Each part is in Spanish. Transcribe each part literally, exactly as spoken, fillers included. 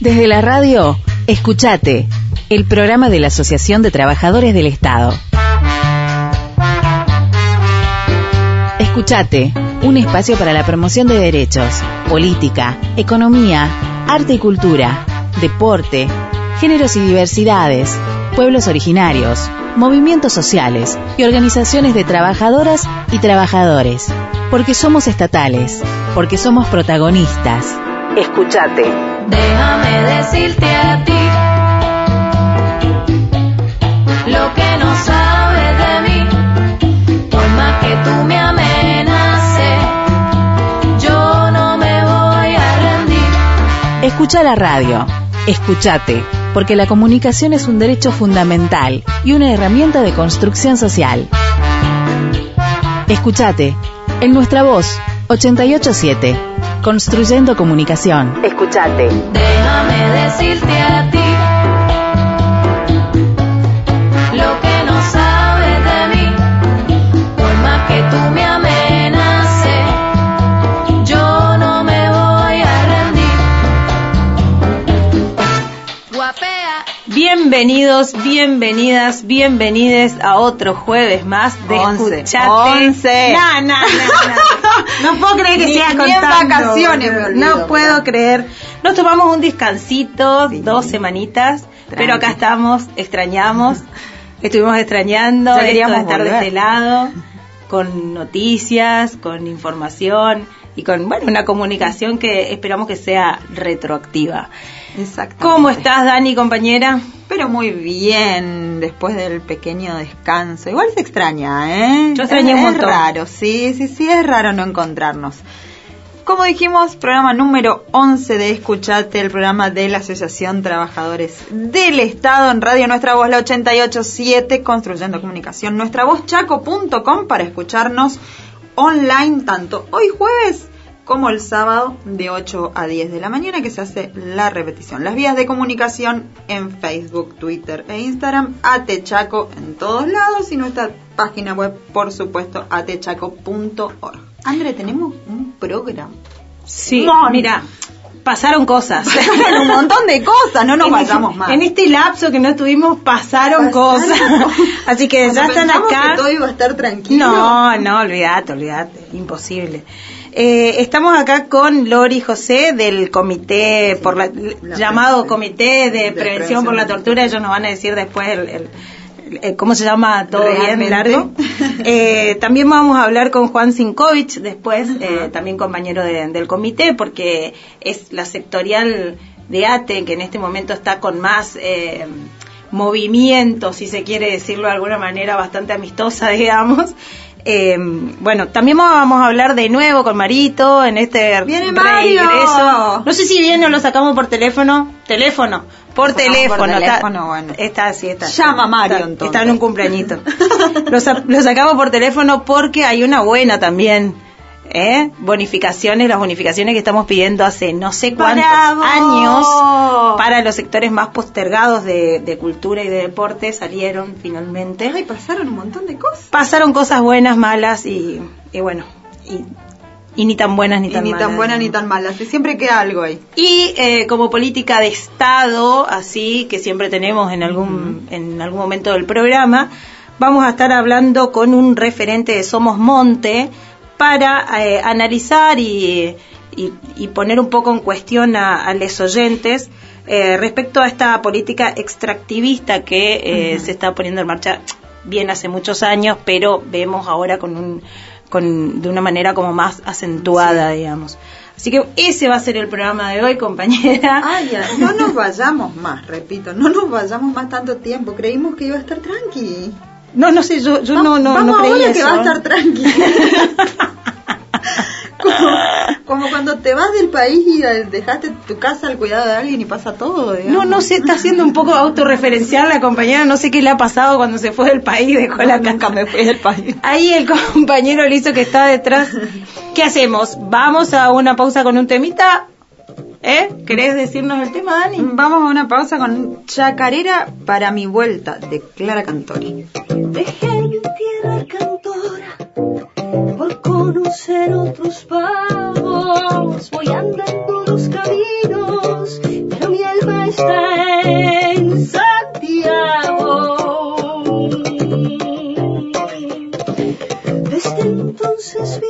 Desde la radio, Escuchate, el programa de la Asociación de Trabajadores del Estado. Escuchate, un espacio para la promoción de derechos, política, economía, arte y cultura, deporte, géneros y diversidades, pueblos originarios, movimientos sociales y organizaciones de trabajadoras y trabajadores. Porque somos estatales, porque somos protagonistas. Escuchate. Déjame decirte a ti lo que no sabes de mí. Por más que tú me amenaces, yo no me voy a rendir. Escucha la radio. Escuchate, porque la comunicación es un derecho fundamental y una herramienta de construcción social. Escuchate, en nuestra voz, ochenta y ocho punto siete. Construyendo comunicación. Escuchate. Déjame decirte a ti lo que no sabes de mí. Por más que tú me amenaces, yo no me voy a rendir. Guapea. Bienvenidos, bienvenidas, bienvenides a otro jueves más de once, Escuchate. once. No, no, no, no. No puedo creer que Ni- sea ni en contando. vacaciones me olvido, No puedo ¿verdad? creer. Nos tomamos un descansito, Sí. dos semanitas, Tranqui. pero acá estamos, extrañamos, estuvimos extrañando Ya esto queríamos de estar de volver. este lado, con noticias, con información y con, bueno, una comunicación que esperamos que sea retroactiva. Exactamente. ¿Cómo estás, Dani, compañera? Pero muy bien, después del pequeño descanso. Igual se extraña, ¿eh? Yo extrañé es, un es montón. raro, sí, sí, sí, es raro no encontrarnos. Como dijimos, programa número once de Escuchate, el programa de la Asociación Trabajadores del Estado en Radio Nuestra Voz, la ochenta y ocho punto siete, Construyendo Comunicación, nuestra voz chaco punto com para escucharnos online tanto hoy jueves como el sábado de ocho a diez de la mañana, que se hace la repetición. Las vías de comunicación en Facebook, Twitter e Instagram, Atechaco en todos lados, y nuestra página web, por supuesto, atechaco punto org. André, tenemos un programa. Sí, Mon. mira, pasaron cosas. un montón de cosas, no nos En vayamos este- más. En este lapso que no estuvimos pasaron, Pasaron cosas. cosas. Así que Cuando ya están pensamos acá. que todo iba a estar tranquilo. No, no, olvídate, olvídate, imposible. Eh, estamos acá con Lori José del comité, Sí, por la, la llamado pre- Comité de, de Prevención, Prevención por la de la Tortura. Ellos nos van a decir después el, el- el- cómo se llama todo bien Realmente. largo. Eh, también vamos a hablar con Juan Sinkovich después, eh, también compañero de- del comité, porque es la sectorial de ATE que en este momento está con más eh, movimiento, si se quiere decirlo de alguna manera, bastante amistosa, digamos. Eh, bueno, también vamos a hablar de nuevo con Marito en este ¡Viene Mario! regreso. No sé si viene o lo sacamos por teléfono. Teléfono, por Lo sacamos por teléfono. teléfono, está, bueno. está así, está. Llama a Mario, está, entonces. está en un cumpleañito. lo, sa- lo sacamos por teléfono porque hay una buena también. ¿Eh? Bonificaciones, las bonificaciones que estamos pidiendo hace no sé cuántos ¡Bravo! años para los sectores más postergados de, de cultura y de deporte salieron finalmente. Ay, pasaron un montón de cosas. Pasaron cosas buenas, malas y, y bueno, y, y ni tan buenas ni Y tan ni malas. tan buenas ni tan malas. Y siempre queda algo ahí. Y eh, como política de Estado, así que siempre tenemos en algún, en algún momento del programa, vamos a estar hablando con un referente de Somos Monte para eh, analizar y, y, y poner un poco en cuestión a, a los oyentes eh, respecto a esta política extractivista que eh, Ujú. se está poniendo en marcha bien hace muchos años, pero vemos ahora con un con de una manera como más acentuada, digamos. Así que ese va a ser el programa de hoy, compañera. Ay, ya, no nos vayamos más, repito, no nos vayamos más tanto tiempo. Creímos que iba a estar tranqui. No, no sé, yo, yo Va- no, no, vamos no creía ahora que eso. va a estar tranqui. como, como cuando te vas del país y dejaste tu casa al cuidado de alguien y pasa todo, digamos. No, no sé, está siendo un poco autorreferencial la compañera, no sé qué le ha pasado cuando se fue del país, dejó No, la nunca casa. me fui del país. Ahí el compañero listo que está detrás. ¿Qué hacemos? ¿Vamos a una pausa con un temita? ¿Eh? ¿Querés decirnos el tema, Dani? Vamos a una pausa con Chacarera para mi vuelta, de Clara Cantori. Dejé mi tierra cantora por conocer otros pagos. Voy andando los caminos, pero mi alma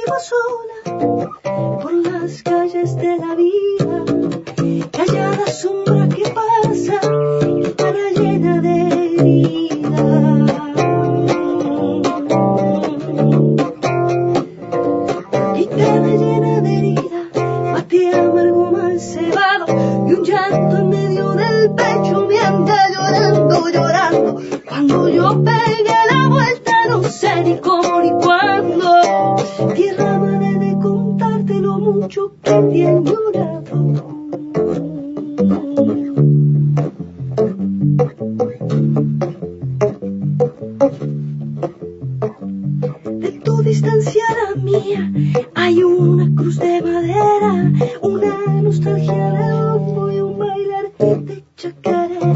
vivo sola por las calles de la vida, callada sombra que pasa y cara llena de heridas. Y cara llena de heridas, mate amargo mal cebado y un llanto en medio del pecho me anda llorando, llorando. Cuando yo pegue la vuelta no sé ni cómo ni cuándo. Tierra madre de contarte lo mucho que te han llorado. De tu distancia a la mía hay una cruz de madera, una nostalgia de hongo y un bailar de chacarera.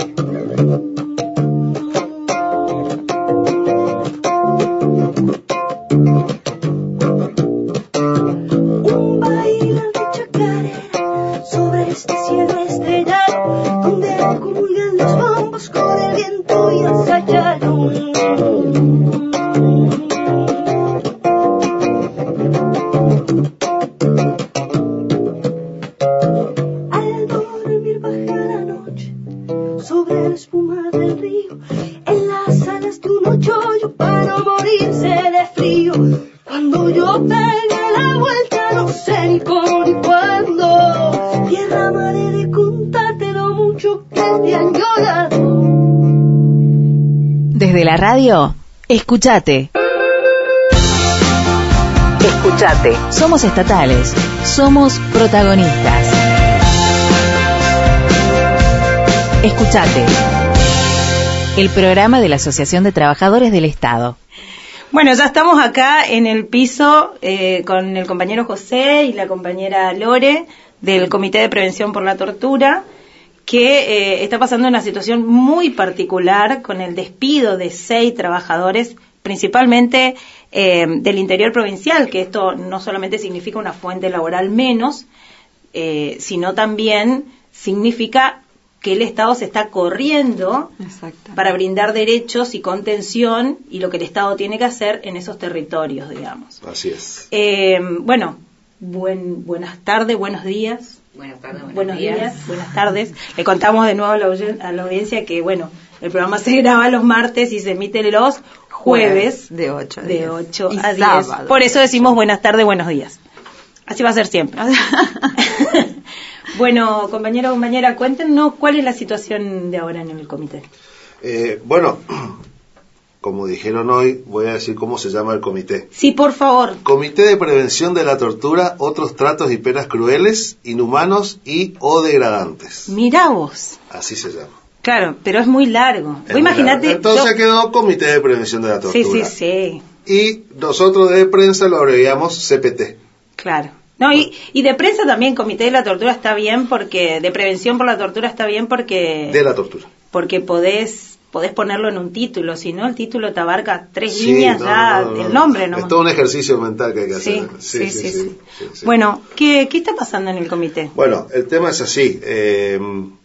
Un bailar de chacarera sobre este cielo estrellado, donde comulgan los bombos con el viento y el sayayo. Al dormir baja la noche sobre la espuma del río, en las alas de un hoyo para no morirse de frío. Cuando yo pegue la vuelta no sé ni cómo ni cuándo. Tierra madre de contarte lo mucho que te han llorado. Desde la radio, escuchate. Escuchate. Somos estatales. Somos protagonistas. Escuchate. El programa de la Asociación de Trabajadores del Estado. Bueno, ya estamos acá en el piso eh, con el compañero José y la compañera Lore del Comité de Prevención por la Tortura, que eh, está pasando una situación muy particular con el despido de seis trabajadores, principalmente eh, del interior provincial, que esto no solamente significa una fuente laboral menos, eh, sino también significa que el Estado se está corriendo para brindar derechos y contención y lo que el Estado tiene que hacer en esos territorios, digamos. Así es. Eh, bueno, buen, buenas tardes, buenos días. Buenas tardes, buenos, buenos días. días. Buenas tardes. Le contamos de nuevo a la, a la audiencia que, bueno, el programa se graba los martes y se emite los jueves de ocho a de diez. ocho Y a diez. sábado. Por eso decimos buenas tardes, buenos días. Así va a ser siempre. Bueno, compañero, compañera, cuéntenos cuál es la situación de ahora en el comité. Eh, bueno, como dijeron hoy, voy a decir cómo se llama el comité. Sí, por favor. Comité de Prevención de la Tortura, otros tratos y penas crueles, inhumanos y o degradantes. Mirá vos. Así se llama. Claro, pero es muy largo. Es Vos imaginate. Entonces yo... quedó Comité de Prevención de la Tortura. Sí, sí, sí. Y nosotros de prensa lo abreviamos C P T. Claro. No, y, y de prensa también, Comité de la Tortura está bien porque, de Prevención por la Tortura está bien porque... De la tortura. Porque podés, podés ponerlo en un título, si no el título te abarca tres Sí, líneas no, ya, no, no, no. el nombre nomás. Es todo un ejercicio mental que hay que Sí, hacer. sí, sí, sí, sí, sí. Bueno, ¿qué, ¿qué está pasando en el comité? Bueno, el tema es así. Eh,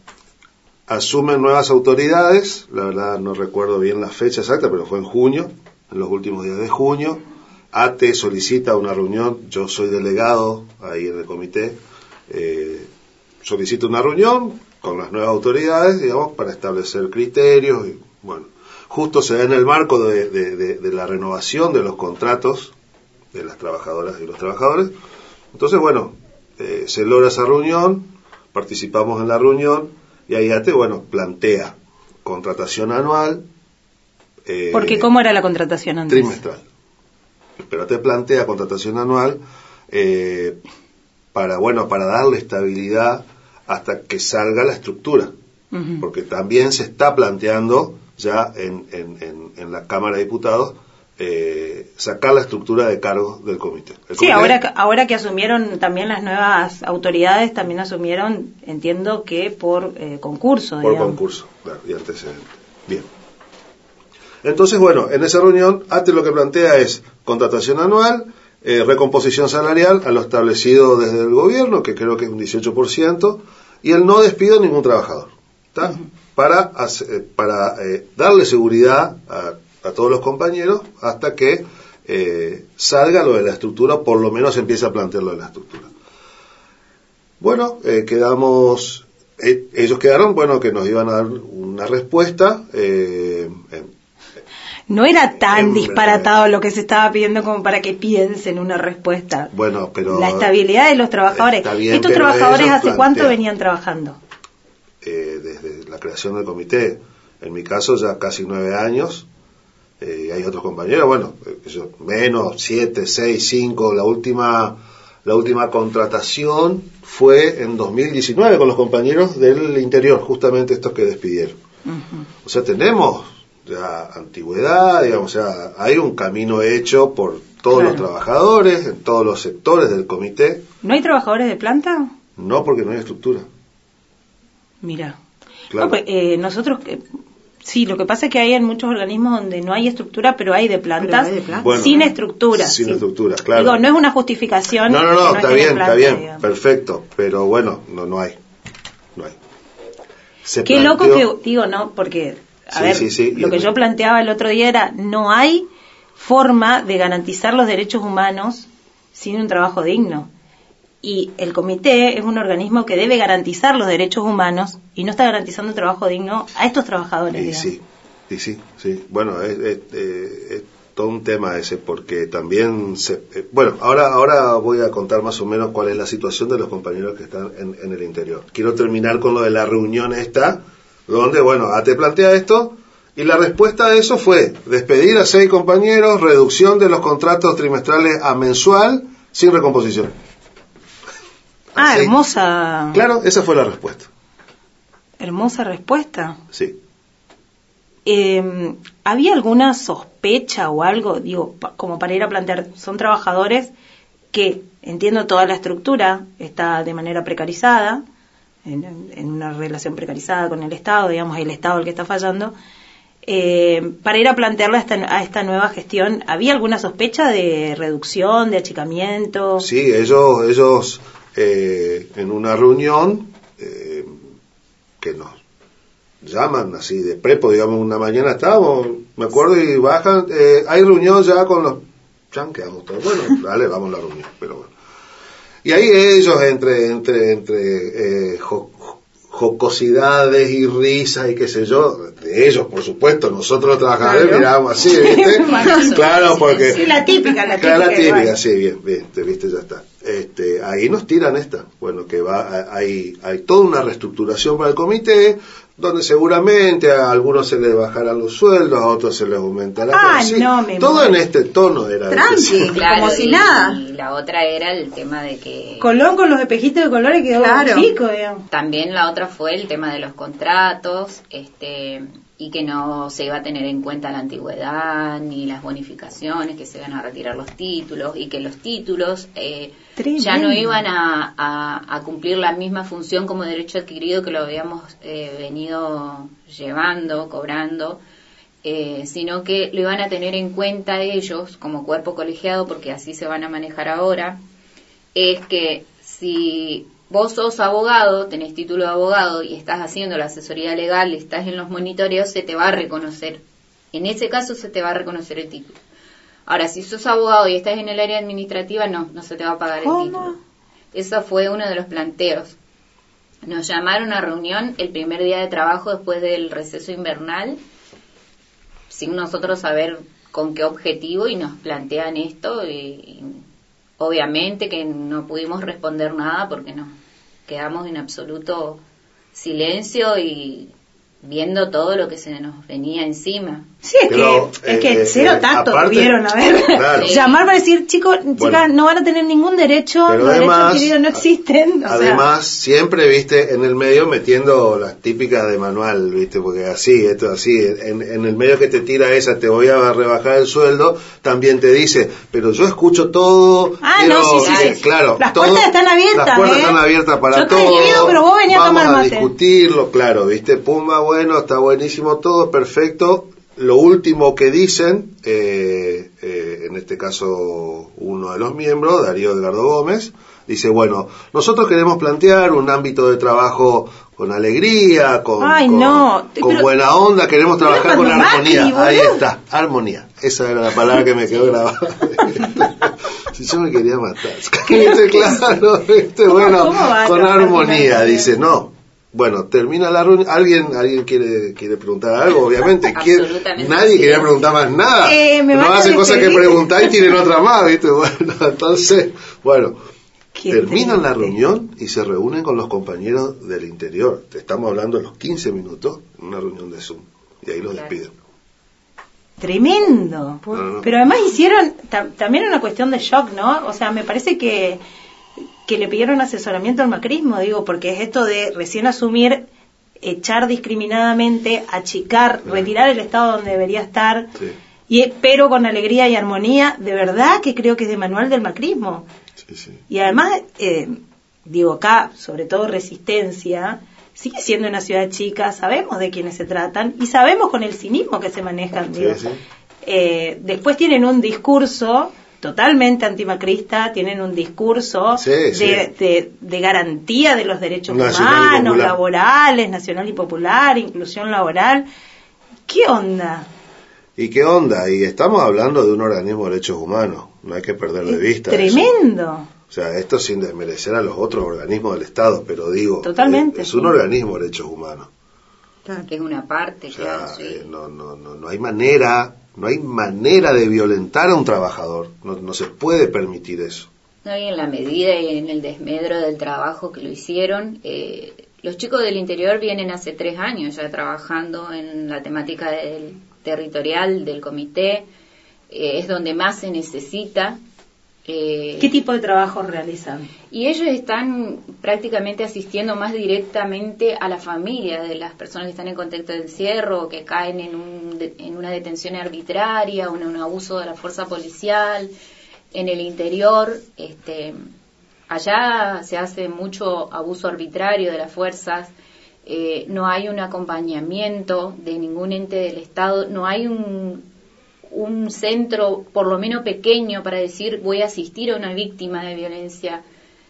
asumen nuevas autoridades, la verdad no recuerdo bien la fecha exacta, pero fue en junio, en los últimos días de junio. A T E solicita una reunión, yo soy delegado ahí en el comité, eh, solicita una reunión con las nuevas autoridades, digamos, para establecer criterios, y bueno, justo se da en el marco de, de, de, de la renovación de los contratos de las trabajadoras y los trabajadores. Entonces, bueno, eh, se logra esa reunión, participamos en la reunión, y ahí A T E, bueno, plantea contratación anual. Eh, Porque ¿cómo era la contratación antes? Trimestral. Pero te plantea contratación anual eh, para, bueno, para darle estabilidad hasta que salga la estructura. Uh-huh. Porque también se está planteando ya en, en, en, en la Cámara de Diputados eh, sacar la estructura de cargos del comité. El sí, comité, ahora, ahora que asumieron también las nuevas autoridades, también asumieron, entiendo que por eh, concurso. Por digamos. concurso, claro, y antecedente. Bien. Entonces, bueno, en esa reunión, A T E lo que plantea es contratación anual, eh, recomposición salarial a lo establecido desde el gobierno, que creo que es un dieciocho por ciento, y el no despido de ningún trabajador, ¿está? Uh-huh. Para, hacer, para eh, darle seguridad a, a todos los compañeros hasta que eh, salga lo de la estructura, o por lo menos empieza a plantear lo de la estructura. Bueno, eh, quedamos, eh, ellos quedaron, bueno, que nos iban a dar una respuesta. Eh, eh, No era tan en, disparatado lo que se estaba pidiendo como para que piensen una respuesta. Bueno, pero... La estabilidad de los trabajadores. Bien, ¿Estos trabajadores hace plantean, cuánto venían trabajando? Eh, desde la creación del comité. En mi caso ya casi nueve años. Eh, y hay otros compañeros, bueno, eh, menos, siete, seis, cinco. La última, la última contratación fue en dos mil diecinueve con los compañeros del interior, justamente estos que despidieron. Uh-huh. O sea, tenemos... ya antigüedad, digamos, o sea, hay un camino hecho por todos claro. los trabajadores, en todos los sectores del comité. ¿No hay trabajadores de planta? No, porque no hay estructura. Mira, claro. no, pues, eh, nosotros, eh, sí, lo que pasa es que hay en muchos organismos donde no hay estructura, pero hay de plantas hay de planta. bueno, sin estructura. Sin sí. estructura, claro. Digo, no es una justificación. No, no, no, no está bien, planta, está bien, digamos. perfecto, pero bueno, no, no hay, no hay. Se Qué planteó... loco que, digo, no, porque... A sí, ver, sí, sí. lo que yo planteaba el otro día era, no hay forma de garantizar los derechos humanos sin un trabajo digno. Y el comité es un organismo que debe garantizar los derechos humanos y no está garantizando un trabajo digno a estos trabajadores. Y digamos. sí, y sí, sí. Bueno, es, es, es todo un tema ese, porque también se... Eh, bueno, ahora, ahora voy a contar más o menos cuál es la situación de los compañeros que están en, en el interior. Quiero terminar con lo de la reunión esta, donde, bueno, te plantea esto, y la respuesta a eso fue despedir a seis compañeros, reducción de los contratos trimestrales a mensual, sin recomposición. Ah, sí. Hermosa. Claro, esa fue la respuesta. Hermosa respuesta. Sí. Eh, ¿Había alguna sospecha o algo, digo, pa, como para ir a plantear, son trabajadores que, entiendo toda la estructura, está de manera precarizada, En, en una relación precarizada con el Estado, digamos, el Estado el que está fallando, eh, para ir a plantearle a esta, a esta nueva gestión, ¿había alguna sospecha de reducción, de achicamiento? Sí, ellos, ellos eh, en una reunión eh, que nos llaman así de prepo, digamos, una mañana estábamos, me acuerdo, y bajan, eh, hay reunión ya con los... Ya quedamos todos, bueno, dale, vamos a la reunión, pero bueno. Y ahí ellos, entre entre entre eh, jo, jocosidades y risas y qué sé yo, de ellos, por supuesto, nosotros los trabajadores claro. Mirábamos así, ¿viste? Claro, porque... Sí, la típica, la típica. La típica, sí, bien, bien, viste, ya está. Este, ahí nos tiran esta, bueno, que va, hay, hay toda una reestructuración para el comité, donde seguramente a algunos se les bajarán los sueldos, a otros se les aumentará. Ah, sí, no, me todo muero. En este tono era. Tranqui, claro, como si y, nada. Y la otra era el tema de que... Colón con los espejitos de colores quedó claro. chico, digamos. También la otra fue el tema de los contratos, este... y que no se iba a tener en cuenta la antigüedad ni las bonificaciones, que se iban a retirar los títulos y que los títulos eh, ya no iban a, a, a cumplir la misma función como derecho adquirido que lo habíamos eh, venido llevando, cobrando, eh, sino que lo iban a tener en cuenta ellos como cuerpo colegiado, porque así se van a manejar ahora. Es que si vos sos abogado, tenés título de abogado y estás haciendo la asesoría legal, estás en los monitoreos, se te va a reconocer. En ese caso se te va a reconocer el título. Ahora, si sos abogado y estás en el área administrativa, no, no se te va a pagar ¿Cómo? el título. Ese fue uno de los planteos. Nos llamaron a reunión el primer día de trabajo después del receso invernal, sin nosotros saber con qué objetivo, y nos plantean esto, y, y obviamente que no pudimos responder nada porque nos quedamos en absoluto silencio y viendo todo lo que se nos venía encima. Sí, es Pero, que, eh, es que eh, cero tacto aparte, tuvieron, a ver. Claro. Llamar para decir, chicos, chicas, bueno, no van a tener ningún derecho, los además, derechos adquiridos no existen. O además, sea. siempre, viste, en el medio metiendo las típicas de manual, viste, porque así, esto así, en, en el medio que te tira esa, te voy a rebajar el sueldo, también te dice, pero yo escucho todo. Ah, quiero, no, sí, sí, eh, sí. claro. Las todo, puertas están abiertas, Las puertas ¿eh? están abiertas para yo todo. Querido, pero vos venías Vamos a tomar mate. a discutirlo, claro, viste, pumba, bueno, está buenísimo todo, perfecto. Lo último que dicen, eh, eh, en este caso uno de los miembros, Darío Edgardo Gómez, Dice, bueno, nosotros queremos plantear un ámbito de trabajo con alegría, con, Ay, con, no. con Pero, buena onda, queremos trabajar con Macri, armonía. boludo. Ahí está, armonía. Esa era la palabra que me quedó grabada. Si yo me quería matar. ¿Viste? Claro, ¿viste? Bueno, ¿Cómo va a con trabajar con armonía. armonía? Dice, no. Bueno, termina la reunión. ¿Alguien alguien quiere quiere preguntar algo? Obviamente. ¿Quién? Absolutamente Nadie sí. quería preguntar más nada. Eh, me no van a hacen cosas que despedir. preguntar y tienen otra más, ¿viste? Bueno, entonces, bueno. Qué Terminan la triste. reunión y se reúnen con los compañeros del interior. Te estamos hablando de los quince minutos en una reunión de Zoom. Y ahí los Claro. despiden. Tremendo. No, no. Pero además hicieron, tam- también una cuestión de shock, ¿no? O sea, me parece que, que le pidieron asesoramiento al macrismo, digo, porque es esto de recién asumir, echar discriminadamente, achicar, Sí. retirar el Estado donde debería estar, Sí, y, pero con alegría y armonía, de verdad que creo que es de manual del macrismo. sí, sí. Y además, eh, digo, acá, sobre todo Resistencia, sigue siendo una ciudad chica, sabemos de quiénes se tratan y sabemos con el cinismo que se manejan. Sí, Digo. sí. Eh, después tienen un discurso totalmente antimacrista, tienen un discurso Sí, de, sí. de, de garantía de los derechos Nacional y humanos, popular. laborales, nacional y popular, inclusión laboral. ¿Qué onda? ¿Y qué onda? Y estamos hablando de un organismo de derechos humanos. No hay que perder de Es vista eso. tremendo. O sea, esto sin desmerecer a los otros organismos del Estado, pero digo, Totalmente, es, es un sí. organismo de derechos humanos. Que es una parte, O sea, claro, sí. eh, no, no, no, no hay manera, no hay manera de violentar a un trabajador. No, no se puede permitir eso. No, y en la medida y en el desmedro del trabajo que lo hicieron, eh, los chicos del interior vienen hace tres años ya trabajando en la temática del territorial, del comité, eh, es donde más se necesita. Eh, ¿Qué tipo de trabajo realizan? Y ellos están prácticamente asistiendo más directamente a la familia de las personas que están en contexto de encierro, que caen en, un, de- en una detención arbitraria, o en un abuso de la fuerza policial, en el interior. Este, allá se hace mucho abuso arbitrario de las fuerzas, eh, no hay un acompañamiento de ningún ente del Estado, no hay un un centro, por lo menos pequeño, para decir voy a asistir a una víctima de violencia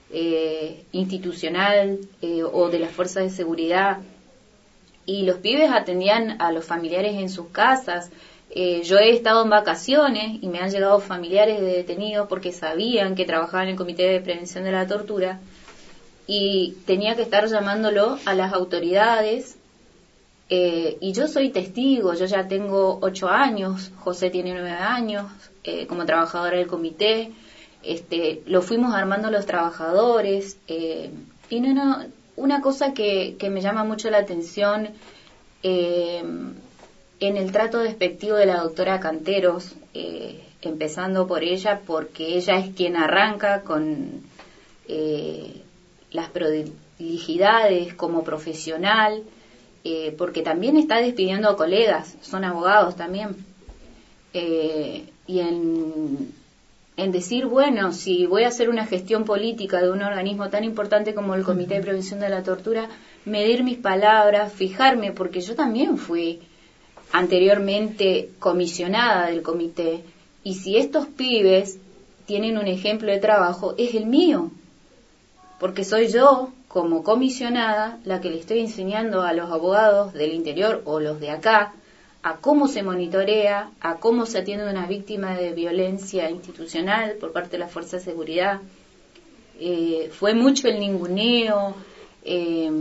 eh, institucional eh, o de las fuerzas de seguridad. Y los pibes atendían a los familiares en sus casas. Eh, yo he estado en vacaciones y me han llegado familiares de detenidos porque sabían que trabajaba en el Comité de Prevención de la Tortura y tenía que estar llamándolo a las autoridades. Eh, y yo soy testigo, yo ya tengo ocho años, José tiene nueve años, eh, como trabajadora del comité, este, lo fuimos armando los trabajadores, eh, y no, no, una cosa que, que me llama mucho la atención, eh, en el trato despectivo de la doctora Canteros, eh, empezando por ella, porque ella es quien arranca con eh, las prolijidades como profesional, Eh, porque también está despidiendo a colegas, son abogados también, eh, y en, en decir, bueno, si voy a hacer una gestión política de un organismo tan importante como el Comité de Prevención de la Tortura, medir mis palabras, fijarme, porque yo también fui anteriormente comisionada del comité, y si estos pibes tienen un ejemplo de trabajo, es el mío, porque soy yo, como comisionada, la que le estoy enseñando a los abogados del interior o los de acá a cómo se monitorea, a cómo se atiende a una víctima de violencia institucional por parte de la Fuerza de Seguridad. Eh, fue mucho el ninguneo eh,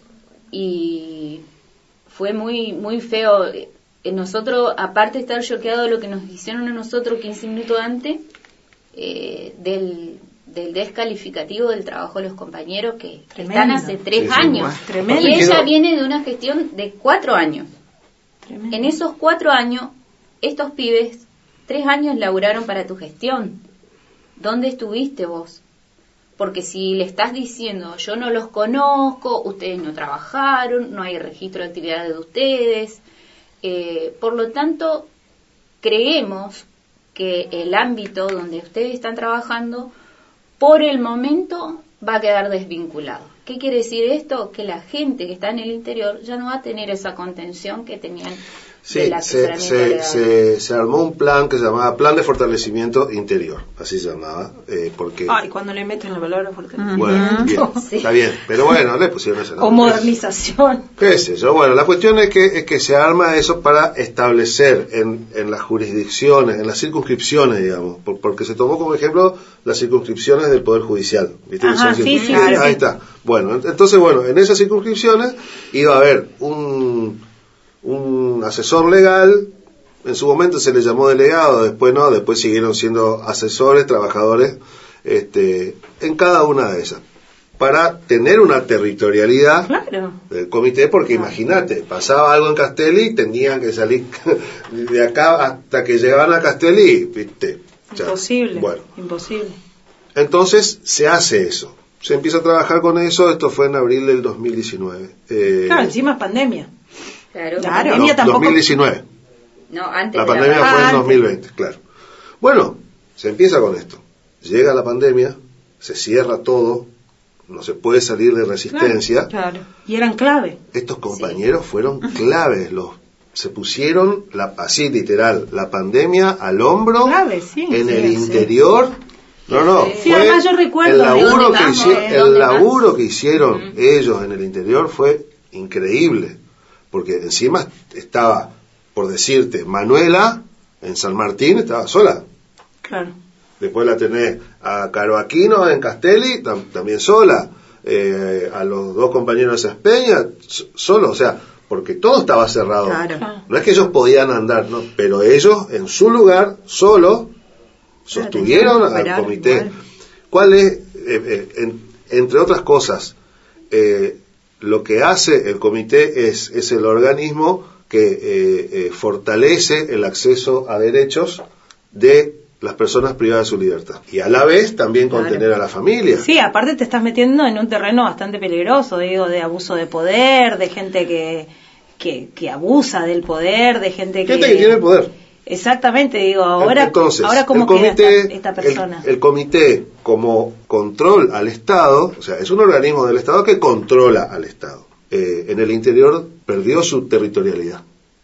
y fue muy muy feo. Eh, nosotros, aparte de estar choqueados de lo que nos hicieron a nosotros quince minutos antes, eh, del... del descalificativo del trabajo de los compañeros que Tremendo. están hace tres Sí, sí. años. Tremendo. Y ella Quiero- viene de una gestión de cuatro años. Tremendo. En esos cuatro años, estos pibes, tres años laburaron para tu gestión. ¿Dónde estuviste vos? Porque si le estás diciendo, yo no los conozco, ustedes no trabajaron, no hay registro de actividades de ustedes, eh, por lo tanto, creemos que el ámbito donde ustedes están trabajando por el momento va a quedar desvinculado. ¿Qué quiere decir esto? Que la gente que está en el interior ya no va a tener esa contención que tenían Sí, del se, asesoramiento se, legal. se, se armó un plan que se llamaba Plan de Fortalecimiento Interior, así se llamaba, eh, porque... Ay, cuando le meten la palabra fortalecimiento. Bueno, bien, Sí. está bien, pero bueno, le pusieron ese nombre. O modernización. ¿Qué sé yo? Bueno, la cuestión es que, es que se arma eso para establecer en, en las jurisdicciones, en las circunscripciones, digamos, por, porque se tomó como ejemplo las circunscripciones del Poder Judicial. ¿Viste? Ajá, Son sí, cir- sí, Ahí sí. está. Bueno, entonces, bueno, en esas circunscripciones iba a haber un, un asesor legal. En su momento se le llamó delegado, después no, después siguieron siendo asesores, trabajadores, este, en cada una de esas, para tener una territorialidad Claro. del comité, porque imagínate, pasaba algo en Castelli, tenían que salir de acá hasta que llegaban a Castelli, ¿viste? O sea, Imposible. bueno, Imposible. entonces se hace eso, se empieza a trabajar con eso, esto fue en abril del dos mil diecinueve. Eh, Claro, encima es pandemia. Claro. La no, pandemia tampoco. dos mil diecinueve. No, antes La de pandemia la fue en Ah, dos mil veinte, claro. Bueno, se empieza con esto. Llega la pandemia, se cierra todo, no se puede salir de resistencia. Claro. Y eran clave. Estos compañeros fueron claves, los se pusieron la, así literal, la pandemia al hombro, Clave, sí, en sí, el sí. interior. No, no, Sí, fue además yo recuerdo el de laburo dónde que más, hicieron, de el dónde laburo más. que hicieron Ujú. ellos en el interior fue increíble, porque encima estaba, por decirte, Manuela en San Martín estaba sola. Claro. Después la tenés a Caro Aquino en Castelli, tam- también sola. Eh, a los dos compañeros de Espeña, so- solo, o sea, porque todo estaba cerrado. Claro. No es que ellos podían andar, no, pero ellos en su lugar, solo, sostuvieron tenían que al operar comité. igual. ¿Cuál es, eh, eh, en- entre otras cosas, eh, lo que hace el comité es, es el organismo que eh, eh, fortalece el acceso a derechos de las personas privadas de su libertad y a la vez también contener a la familia. Sí, aparte te estás metiendo en un terreno bastante peligroso, digo, de abuso de poder, de gente que, que, que abusa del poder, de gente que... Gente que tiene poder. Exactamente, digo, ahora, Entonces, ahora cómo el comité, queda esta, esta persona. El, el comité como control al Estado, o sea, es un organismo del Estado que controla al Estado. Eh, en el interior perdió su territorialidad.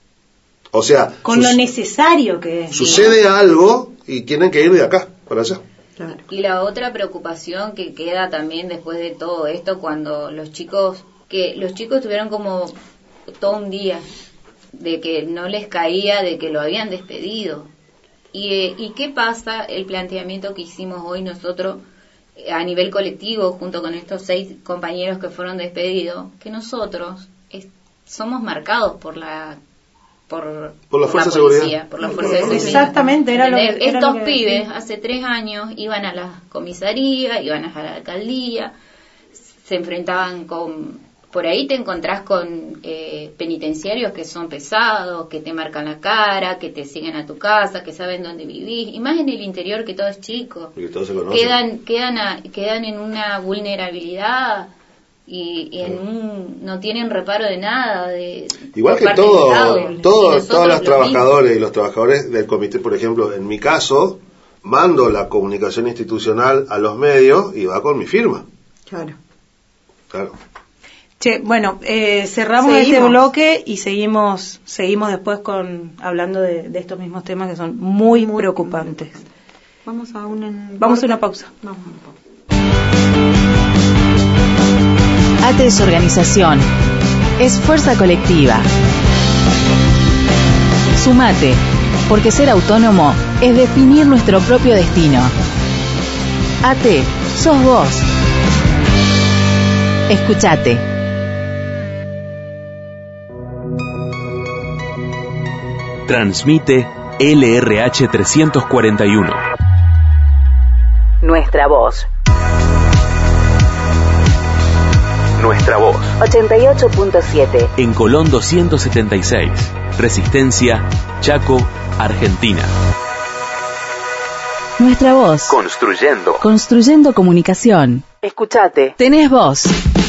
O sea, Con sus- lo necesario que es. sucede algo y tienen que ir de acá para allá. Claro. Y la otra preocupación que queda también después de todo esto, cuando los chicos, que los chicos tuvieron como todo un día de que no les caía, de que lo habían despedido. Y, eh, ¿y qué pasa? El planteamiento que hicimos hoy nosotros eh, a nivel colectivo, junto con estos seis compañeros que fueron despedidos, que nosotros es- somos marcados por la por, Por la fuerza de policía, seguridad. por la fuerza de seguridad. Exactamente, era lo que- ¿Entendés? era lo Estos que pibes decía. hace tres años iban a la comisaría, iban a la alcaldía, se enfrentaban con... Por ahí te encontrás con eh, penitenciarios que son pesados, que te marcan la cara, que te siguen a tu casa, que saben dónde vivís. Y más en el interior, que todo es chico. Porque todos se conocen. Quedan, quedan, a- quedan en una vulnerabilidad y, y en un, no tienen reparo de nada. De, Igual por que parte del todo, Estado. Y todo- nosotros todos los lo trabajadores y los trabajadores del comité, por ejemplo, en mi caso, mando la comunicación institucional a los medios y va con mi firma. Claro. Claro. Che, bueno, eh, cerramos Seguimos. este bloque y seguimos seguimos después con hablando de, de estos mismos temas que son muy, preocupantes. Vamos a un... Vamos a una pausa. Vamos a una pausa. ATE es organización, es fuerza colectiva. Sumate, porque ser autónomo es definir nuestro propio destino. ATE, sos vos. Escuchate. Transmite L R H trescientos cuarenta y uno. Nuestra voz. Nuestra voz. ochenta y ocho punto siete. En Colón doscientos setenta y seis. Resistencia, Chaco, Argentina. Nuestra voz. Construyendo. Construyendo comunicación. Escuchate. Tenés voz.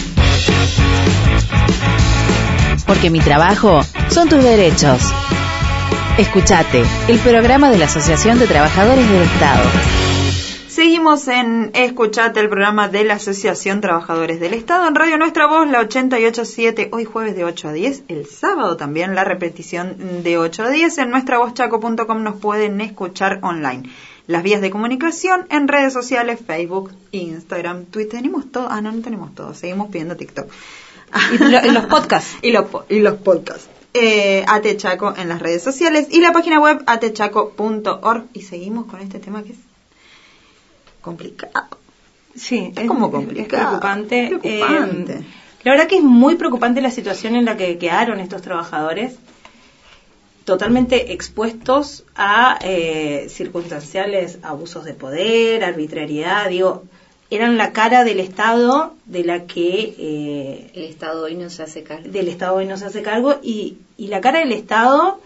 Porque mi trabajo son tus derechos. Escuchate, el programa de la Asociación de Trabajadores del Estado. Seguimos Seguimos en Escuchate, el programa de la Asociación Trabajadores del Estado, en Radio Nuestra Voz, la ochenta y ocho punto siete, hoy jueves de ocho a diez, el sábado también la repetición de ocho a diez. En nuestra voz chaco punto com nos pueden escuchar online. Las vías de comunicación en redes sociales, Facebook, Instagram, Twitter, tenemos todo, ah no, no tenemos todo, seguimos pidiendo TikTok. Y lo, los podcasts. y, los, y los podcasts. Eh, A T Chaco en las redes sociales y la página web a t chaco punto org. Y seguimos con este tema que es complicado. Sí, es, es como complicado. Es preocupante. preocupante. Eh, la verdad que es muy preocupante la situación en la que quedaron estos trabajadores, totalmente expuestos a eh, circunstanciales abusos de poder, arbitrariedad, digo, eran la cara del Estado de la que eh, el Estado hoy no se hace cargo. Del Estado hoy no se hace cargo y, y la cara del Estado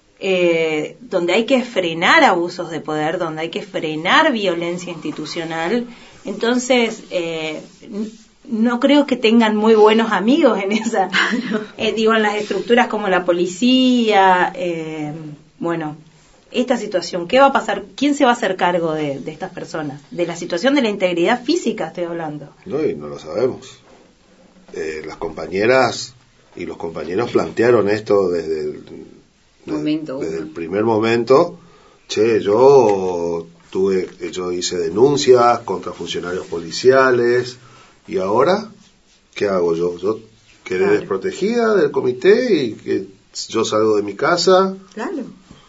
eh, donde hay que frenar abusos de poder, donde hay que frenar violencia institucional. Entonces, eh, no creo que tengan muy buenos amigos en esa, eh, digo, en las estructuras como la policía, eh, bueno, esta situación, ¿qué va a pasar? ¿Quién se va a hacer cargo de, de estas personas? De la situación de la integridad física estoy hablando. No, y no lo sabemos. Eh, las compañeras y los compañeros plantearon esto desde el, momento desde, desde el primer momento. Che, yo tuve, yo hice denuncias contra funcionarios policiales y ahora, ¿qué hago yo? Yo quedé claro. desprotegida del comité y que yo salgo de mi casa. Claro.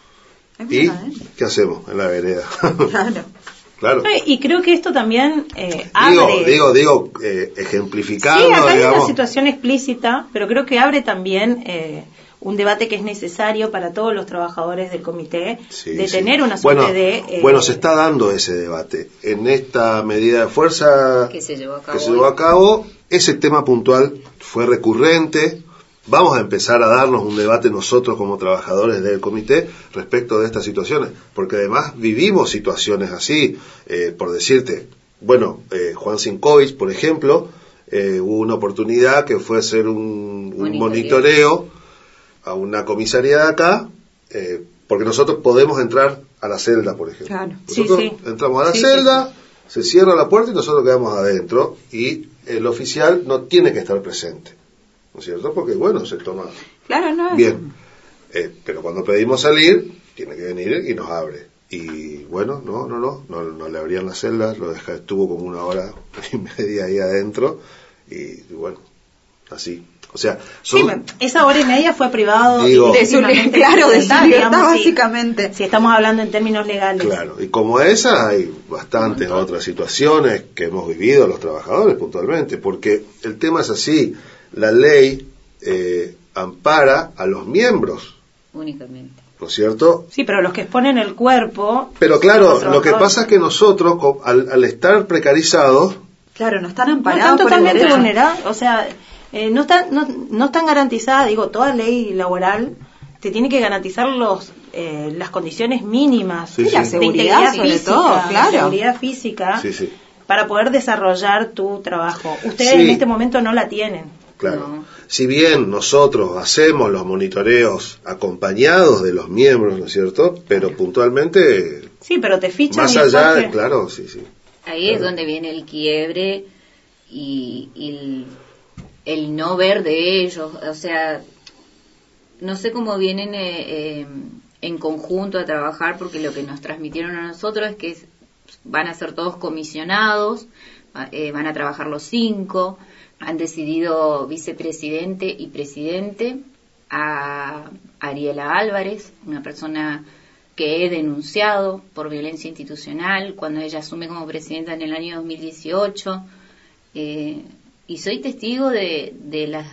¿Y qué hacemos en la vereda? Claro. Claro. Y creo que esto también eh, abre... Digo, digo, digo eh, ejemplificando, sí, acá hay digamos. una situación explícita, pero creo que abre también eh, un debate que es necesario para todos los trabajadores del comité, sí, de sí. tener una suerte bueno, de... Eh, bueno, se está dando ese debate. En esta medida de fuerza que se llevó a cabo, que se llevó a cabo ese tema puntual fue recurrente. Vamos a empezar a darnos un debate nosotros como trabajadores del comité respecto de estas situaciones, porque además vivimos situaciones así, eh, por decirte, bueno, eh, Juan Sinkovich, por ejemplo, eh, hubo una oportunidad que fue hacer un, un monitoreo a una comisaría de acá, eh, porque nosotros podemos entrar a la celda, por ejemplo. Claro. Nosotros sí, sí. entramos a la sí, celda, sí, sí. se cierra la puerta y nosotros quedamos adentro, y el oficial no tiene que estar presente. ¿No es cierto? Porque, bueno, se toma... Claro, no. Bien. Eh, pero cuando pedimos salir, tiene que venir y nos abre. Y, bueno, no, no, no, no, no le abrían las celdas, lo deja, estuvo como una hora y media ahí adentro, y, bueno, así. O sea, son, sí, esa hora y media fue privado digo, de su claro, de su libertad, digamos, básicamente. Si, si estamos hablando en términos legales. Claro, y como esa hay bastantes no, otras situaciones que hemos vivido los trabajadores puntualmente, porque el tema es así. La ley eh, ampara a los miembros. Únicamente. ¿No es cierto? Sí, pero los que exponen el cuerpo... Pero claro, lo que pasa es que nosotros, al, al estar precarizados... Claro, no están amparados no están por el totalmente derecho. vulnerados, o sea, eh, no, están, no, no están garantizadas, digo, toda ley laboral te tiene que garantizar los eh, las condiciones mínimas. Sí, de sí. La seguridad, sobre física, todo, claro. La seguridad física Sí, sí. para poder desarrollar tu trabajo. Ustedes Sí. en este momento no la tienen. Claro. No. Si bien nosotros hacemos los monitoreos acompañados de los miembros, ¿no es cierto? Pero puntualmente... Sí, pero te fichan Más y allá, después de, claro, sí, sí. Ahí claro. es donde viene el quiebre y, y el, el no ver de ellos. O sea, no sé cómo vienen eh, eh, en conjunto a trabajar, porque lo que nos transmitieron a nosotros es que es, van a ser todos comisionados, eh, van a trabajar los cinco, han decidido vicepresidente y presidente a Ariela Álvarez, una persona que he denunciado por violencia institucional cuando ella asume como presidenta en el año dos mil dieciocho, eh, y soy testigo de, de las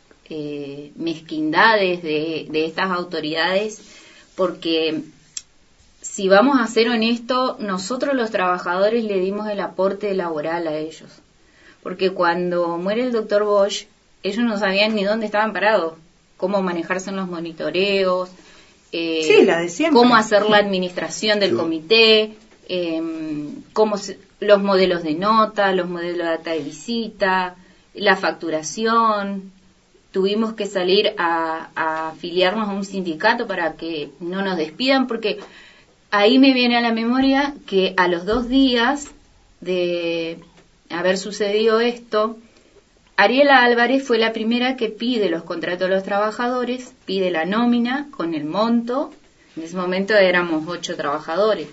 eh, mezquindades de, de estas autoridades, porque si vamos a ser honestos, nosotros los trabajadores le dimos el aporte laboral a ellos, porque cuando muere el doctor Bosch, ellos no sabían ni dónde estaban parados, cómo manejarse en los monitoreos, eh, sí, la de siempre. cómo hacer la administración del Sí. comité, eh, cómo se, los modelos de nota, los modelos de acta de visita, la facturación. Tuvimos que salir a, a afiliarnos a un sindicato para que no nos despidan, porque ahí me viene a la memoria que a los dos días de haber sucedido esto, Ariela Álvarez fue la primera que pide los contratos de los trabajadores, pide la nómina con el monto. En ese momento éramos ocho trabajadores.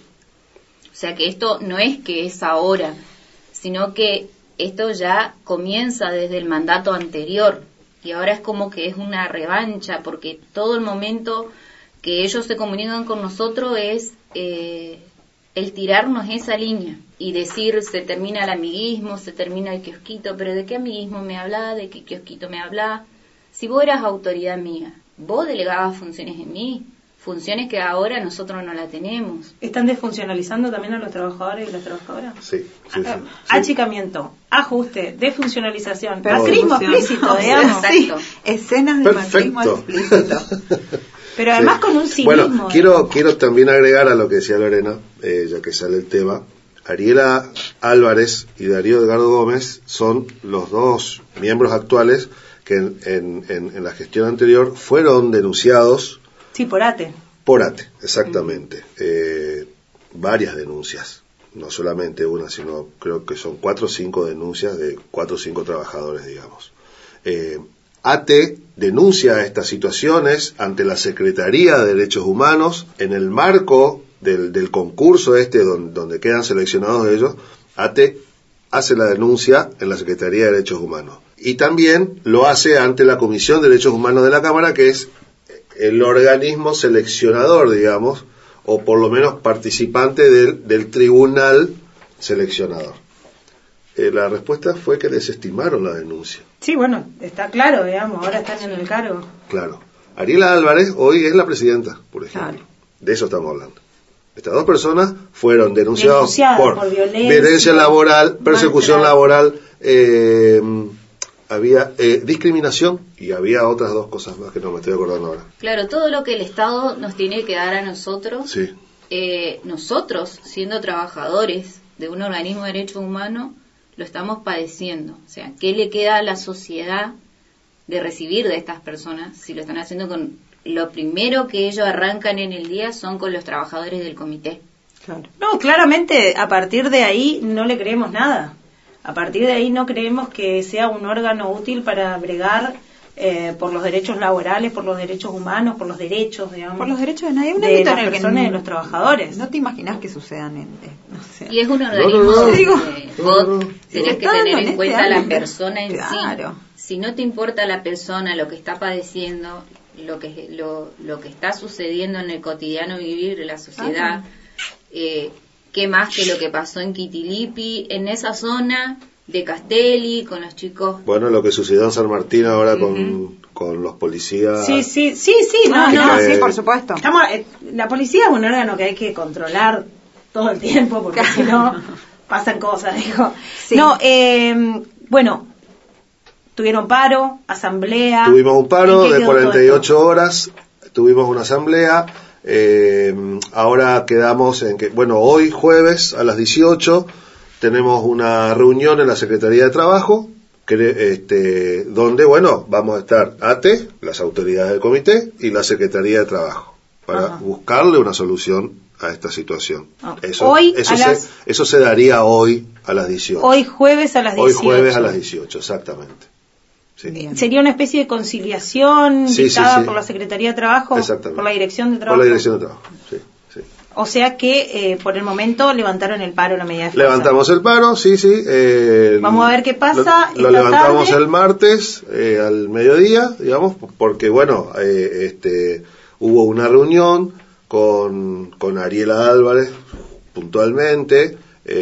O sea que esto no es que es ahora, sino que esto ya comienza desde el mandato anterior. Y ahora es como que es una revancha, porque todo el momento que ellos se comunican con nosotros es eh, el tirarnos esa línea y decir, se termina el amiguismo, se termina el kiosquito, pero ¿de qué amiguismo me habla? ¿De qué kiosquito me habla? Si vos eras autoridad mía, vos delegabas funciones en mí, funciones que ahora nosotros no la tenemos. ¿Están desfuncionalizando también a los trabajadores y las trabajadoras? Sí, sí, sí, sí. Achicamiento, ajuste, desfuncionalización, Pero macrismo funciona. explícito, O sea, digamos. sí, escenas de macrismo Perfecto. explícito. Pero además Sí. con un cinismo. Bueno, quiero, quiero también agregar a lo que decía Lorena, eh, ya que sale el tema. Ariela Álvarez y Darío Edgardo Gómez son los dos miembros actuales que en, en, en, en la gestión anterior fueron denunciados. Sí, por ATE. Por ATE, exactamente. Eh, varias denuncias, no solamente una, sino creo que son cuatro o cinco denuncias de cuatro o cinco trabajadores, digamos. Eh, ATE denuncia estas situaciones ante la Secretaría de Derechos Humanos en el marco del, del concurso este donde, donde quedan seleccionados ellos. ATE hace la denuncia en la Secretaría de Derechos Humanos y también lo hace ante la Comisión de Derechos Humanos de la Cámara, que es el organismo seleccionador, digamos, o por lo menos participante del, del tribunal seleccionador. Eh, la respuesta fue que desestimaron la denuncia. Sí, bueno, está claro, digamos, ahora están en el cargo. Claro. Ariela Álvarez hoy es la presidenta, por ejemplo. Claro. De eso estamos hablando. Estas dos personas fueron denunciadas Denunciadas por, por violencia, violencia laboral, persecución maltrato. laboral, eh, había eh, discriminación y había otras dos cosas más que no me estoy acordando ahora. Claro, todo lo que el Estado nos tiene que dar a nosotros, Sí. eh, nosotros, siendo trabajadores de un organismo de derechos humanos, lo estamos padeciendo. O sea, ¿qué le queda a la sociedad de recibir de estas personas si lo están haciendo con... Lo primero que ellos arrancan en el día son con los trabajadores del comité. Claro. No, claramente a partir de ahí no le creemos nada. A partir de ahí no creemos que sea un órgano útil para bregar eh, por los derechos laborales, por los derechos humanos, por los derechos, digamos. Por los derechos de nadie, un de ámbito las en el que personas y de los trabajadores. No te imaginas que sucedan en, eh, no sé. Y es un no, organismo no. donde Digo, vos no, no. tenés que Estando tener en en este cuenta la ámbito. persona en Claro. sí. Si no te importa la persona, lo que está padeciendo, lo que lo, lo que está sucediendo en el cotidiano vivir de la sociedad, eh, qué más que lo que pasó en Quitilipi, en esa zona de Castelli, con los chicos. Bueno, lo que sucedió en San Martín ahora con, con los policías. Sí, sí, sí, sí, no, No, no. no, que- sí, por supuesto. Estamos, eh, la policía es un órgano que hay que controlar todo el tiempo porque si no pasan cosas, digo. Sí. No, eh, bueno, tuvieron paro, asamblea. Tuvimos un paro ¿En qué de quedó cuarenta y todo ocho horas, tuvimos una asamblea, eh, ahora quedamos en que, bueno, hoy jueves a las dieciocho tenemos una reunión en la Secretaría de Trabajo, que, este, donde, bueno, vamos a estar ATE, las autoridades del comité, y la Secretaría de Trabajo, para Ajá. buscarle una solución a esta situación. Ah, Eso, hoy eso, a se, las- eso se daría hoy a las dieciocho. Hoy jueves a las Hoy dieciocho. jueves a las dieciocho, exactamente. Sí. Bien. Sería una especie de conciliación Sí, sí, dictada sí. por la Secretaría de Trabajo, Exactamente. por la Dirección de Por Trabajo. la Dirección de Trabajo, sí, sí. O sea que eh, por el momento levantaron el paro, la medida de fuerza. Levantamos el paro, sí, sí. eh, Vamos a ver qué pasa Lo, lo esta levantamos tarde. el martes eh, al mediodía, digamos, porque, bueno, eh, este, hubo una reunión con, con Ariela Álvarez, puntualmente,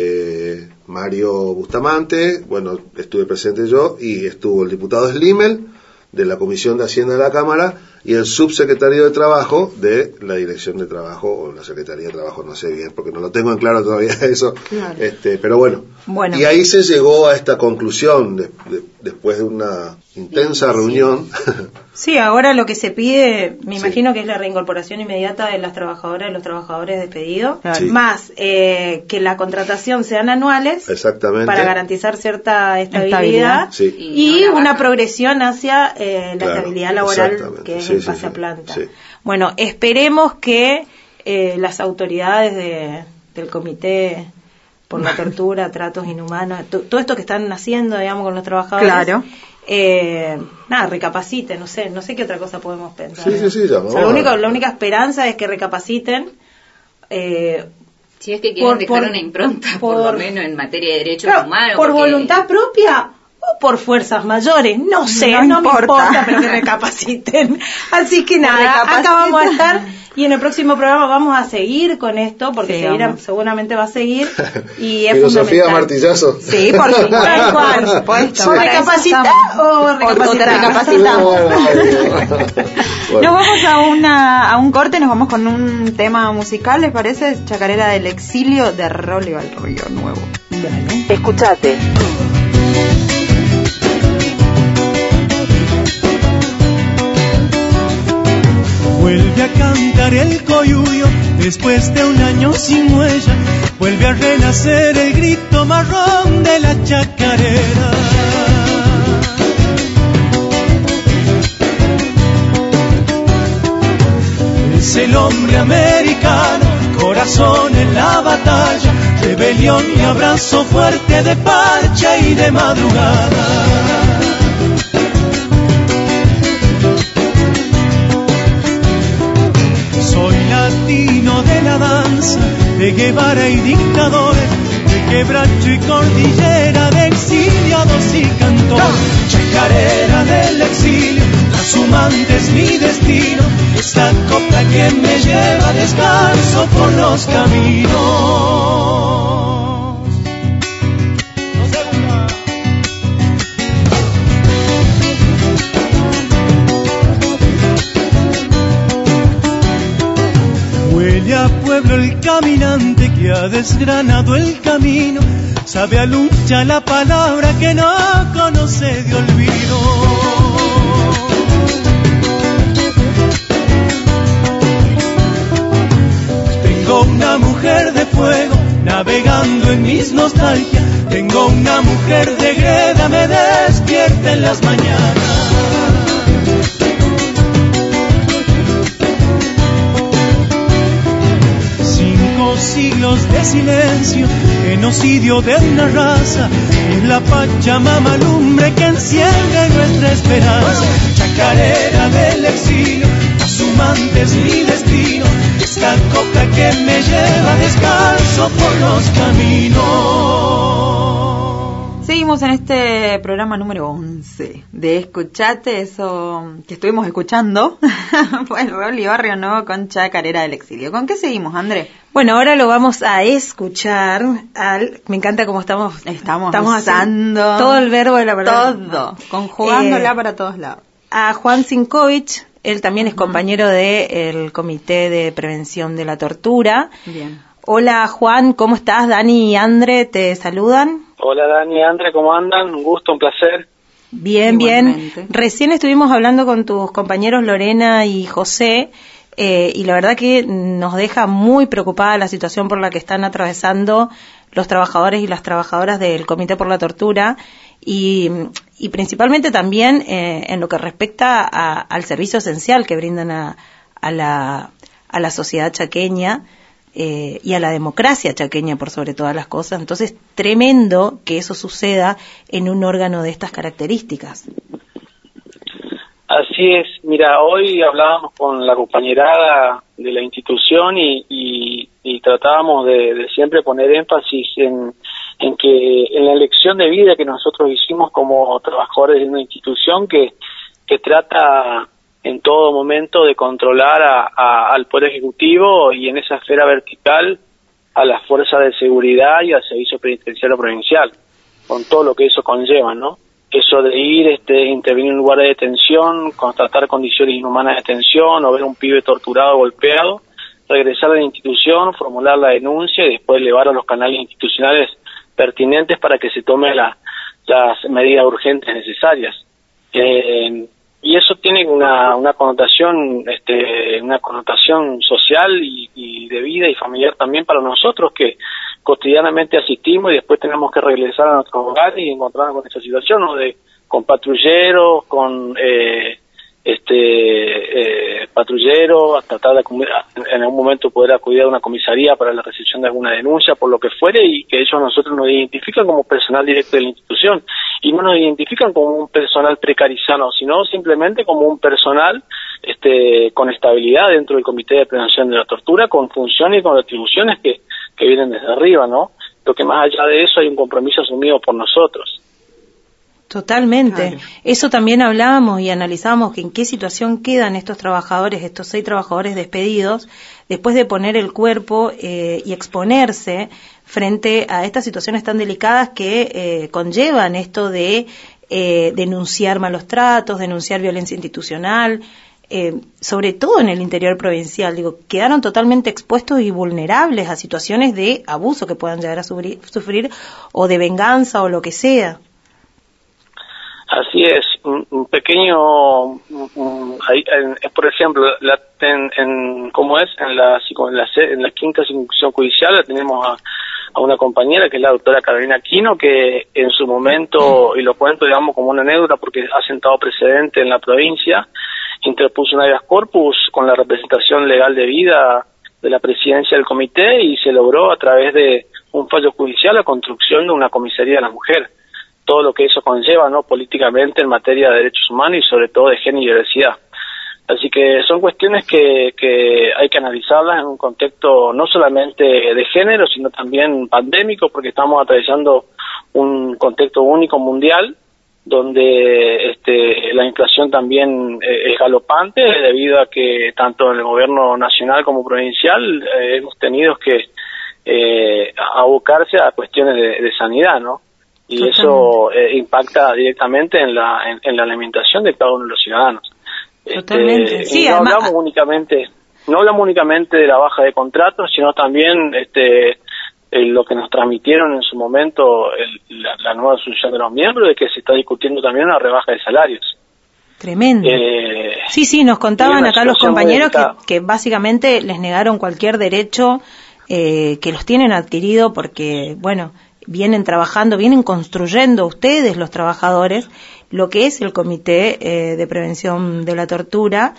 eh, Mario Bustamante, bueno, estuve presente yo, y estuvo el diputado Slimel, de la Comisión de Hacienda de la Cámara, y el subsecretario de Trabajo de la Dirección de Trabajo, o la Secretaría de Trabajo, no sé bien, porque no lo tengo en claro todavía eso, Claro. este, pero bueno. Bueno. Y ahí se llegó a esta conclusión, de- de- después de una intensa Sí, sí. reunión. Sí, ahora lo que se pide, me Sí. imagino que es la reincorporación inmediata de las trabajadoras y los trabajadores despedidos, Sí. más eh, que la contratación sean anuales Exactamente. para garantizar cierta estabilidad, Estabilidad. Sí. y no la una baja. progresión hacia eh, la Claro, estabilidad laboral exactamente. que es Sí, el sí, pase a sí. planta. Sí. Bueno, esperemos que eh, las autoridades de, del comité por la tortura, tratos inhumanos, to, todo esto que están haciendo, digamos, con los trabajadores. Claro. Eh, nada, recapaciten, no sé, no sé qué otra cosa podemos pensar. Sí, sí, sí, ya, o sea, lo único, la única esperanza es que recapaciten. Eh, si es que quieren por, dejar por, una impronta, por, por lo menos en materia de derechos claro, humanos. Por porque... voluntad propia o por fuerzas mayores, no sé, no, no importa. me importa, pero que recapaciten. Así que nada, acá vamos a estar y en el próximo programa vamos a seguir con esto, porque sí, seguirá, seguramente va a seguir. Y es filosofía fundamental. martillazo. Sí, por supuesto, por supuesto. ¿O recapacitar o recapacitar? Bueno. Nos vamos a una a un corte, nos vamos con un tema musical, ¿les parece? Chacarera del exilio de Rolly Río Nuevo. Dale. Escuchate. Vuelve a cantar el coyuyo después de un año sin huella. Vuelve a renacer el grito marrón de la chacarera. Es el hombre americano, corazón en la batalla, rebelión y abrazo fuerte de parcha y de madrugada. Latino de la danza, de Guevara y dictadores, de quebracho y cordillera, de exiliados y cantores. Chacarera del exilio, trashumante es mi destino, esta copla que me lleva descalzo por los caminos. Huele a pueblo el caminante que ha desgranado el camino, sabe a lucha la palabra que no conoce de olvido. Tengo una mujer de fuego navegando en mis nostalgias, tengo una mujer de greda, me despierta en las mañanas. Siglos de silencio, genocidio de una raza, es la Pachamama lumbre que enciende nuestra esperanza. Chacarera del exilio, trashumante es mi destino, esta coca que me lleva descalzo por los caminos. Seguimos en este programa número once de Escuchate, eso que estuvimos escuchando fue el Rolly Barrio Nuevo con Chacarera del exilio. ¿Con qué seguimos, André? Bueno, ahora lo vamos a escuchar al... Me encanta cómo estamos... Estamos, estamos usando todo el verbo de la verdad. Todo, conjugándola eh, para todos lados. A Juan Sinkovich, él también es compañero del Comité de Prevención de la Tortura. Bien. Hola Juan, ¿cómo estás? Dani y Andre te saludan. Hola Dani y Andre, ¿cómo andan? Un gusto, un placer. Bien, Igualmente. bien. Recién estuvimos hablando con tus compañeros Lorena y José, eh, y la verdad que nos deja muy preocupada la situación por la que están atravesando los trabajadores y las trabajadoras del Comité por la Tortura, y, y principalmente también eh, en lo que respecta a, al servicio esencial que brindan a, a, la, a la sociedad chaqueña. Eh, y a la democracia chaqueña por sobre todas las cosas. Entonces, tremendo que eso suceda en un órgano de estas características. Así es. Mira, hoy hablábamos con la compañerada de la institución y, y, y tratábamos de, de siempre poner énfasis en, en que en la elección de vida que nosotros hicimos como trabajadores de una institución que, que trata en todo momento de controlar a, a, al Poder Ejecutivo y en esa esfera vertical a las fuerzas de seguridad y al Servicio Penitenciario Provincial, con todo lo que eso conlleva, ¿no? Eso de ir, este, intervenir en un lugar de detención, constatar condiciones inhumanas de detención o ver un pibe torturado o golpeado, regresar a la institución, formular la denuncia y después elevar a los canales institucionales pertinentes para que se tomen la, las medidas urgentes necesarias. Eh, y eso tiene una, una connotación, este, una connotación social y, y de vida y familiar también para nosotros que cotidianamente asistimos y después tenemos que regresar a nuestros hogares y encontrarnos con esa situación, ¿no? De, con patrulleros, con eh, este eh, patrullero, a tratar de en algún momento poder acudir a una comisaría para la recepción de alguna denuncia, por lo que fuere, y que ellos a nosotros nos identifican como personal directo de la institución, y no nos identifican como un personal precarizado, sino simplemente como un personal este con estabilidad dentro del Comité de Prevención de la Tortura, con funciones y con atribuciones que, que vienen desde arriba, ¿no? Lo que más allá de eso hay un compromiso asumido por nosotros. Totalmente. Claro. Eso también hablábamos y analizábamos que en qué situación quedan estos trabajadores, estos seis trabajadores despedidos, después de poner el cuerpo eh, y exponerse frente a estas situaciones tan delicadas que eh, conllevan esto de eh, denunciar malos tratos, denunciar violencia institucional, eh, sobre todo en el interior provincial. Digo, quedaron totalmente expuestos y vulnerables a situaciones de abuso que puedan llegar a sufrir, sufrir o de venganza o lo que sea. Así es, un, un pequeño, un, un, hay, en, por ejemplo, la, en, en, ¿cómo es? En la, en la, en la quinta circunscripción judicial la tenemos a, a una compañera que es la doctora Carolina Aquino, que en su momento, y lo cuento digamos como una anécdota porque ha sentado precedente en la provincia, interpuso un habeas corpus con la representación legal de vida de la presidencia del comité y se logró a través de un fallo judicial la construcción de una comisaría de la mujer. Todo lo que eso conlleva, ¿no? Políticamente en materia de derechos humanos y sobre todo de género y diversidad. Así que son cuestiones que, que hay que analizarlas en un contexto no solamente de género, sino también pandémico, porque estamos atravesando un contexto único mundial, donde este, la inflación también eh, es galopante, debido a que tanto en el gobierno nacional como provincial eh, hemos tenido que eh, abocarse a cuestiones de, de sanidad, ¿no? Y Totalmente. eso eh, impacta directamente en la en, en la alimentación de cada uno de los ciudadanos. Totalmente. Este, sí, y no además... hablamos únicamente no hablamos únicamente de la baja de contratos, sino también este eh, lo que nos transmitieron en su momento el, la, la nueva asunción de los miembros, de que se está discutiendo también una rebaja de salarios. Tremendo. Eh, sí, sí, nos contaban acá los compañeros que, que básicamente les negaron cualquier derecho eh, que los tienen adquirido porque, bueno, vienen trabajando, vienen construyendo ustedes, los trabajadores, lo que es el Comité eh, de Prevención de la Tortura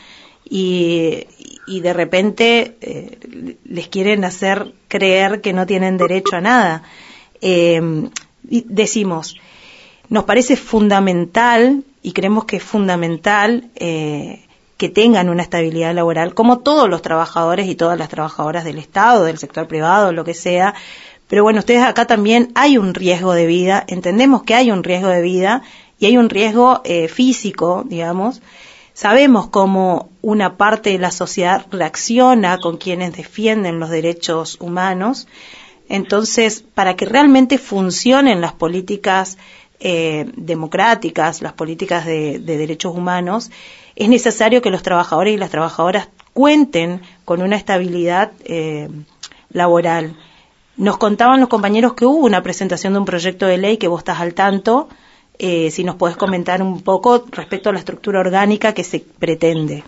y, y de repente eh, les quieren hacer creer que no tienen derecho a nada. Eh, decimos, nos parece fundamental y creemos que es fundamental eh, que tengan una estabilidad laboral, como todos los trabajadores y todas las trabajadoras del Estado, del sector privado, lo que sea. Pero bueno, ustedes acá también hay un riesgo de vida, entendemos que hay un riesgo de vida y hay un riesgo eh, físico, digamos. Sabemos cómo una parte de la sociedad reacciona con quienes defienden los derechos humanos. Entonces, para que realmente funcionen las políticas eh, democráticas, las políticas de, de derechos humanos, es necesario que los trabajadores y las trabajadoras cuenten con una estabilidad eh, laboral. Nos contaban los compañeros que hubo una presentación de un proyecto de ley que vos estás al tanto, eh, si nos podés comentar un poco respecto a la estructura orgánica que se pretende.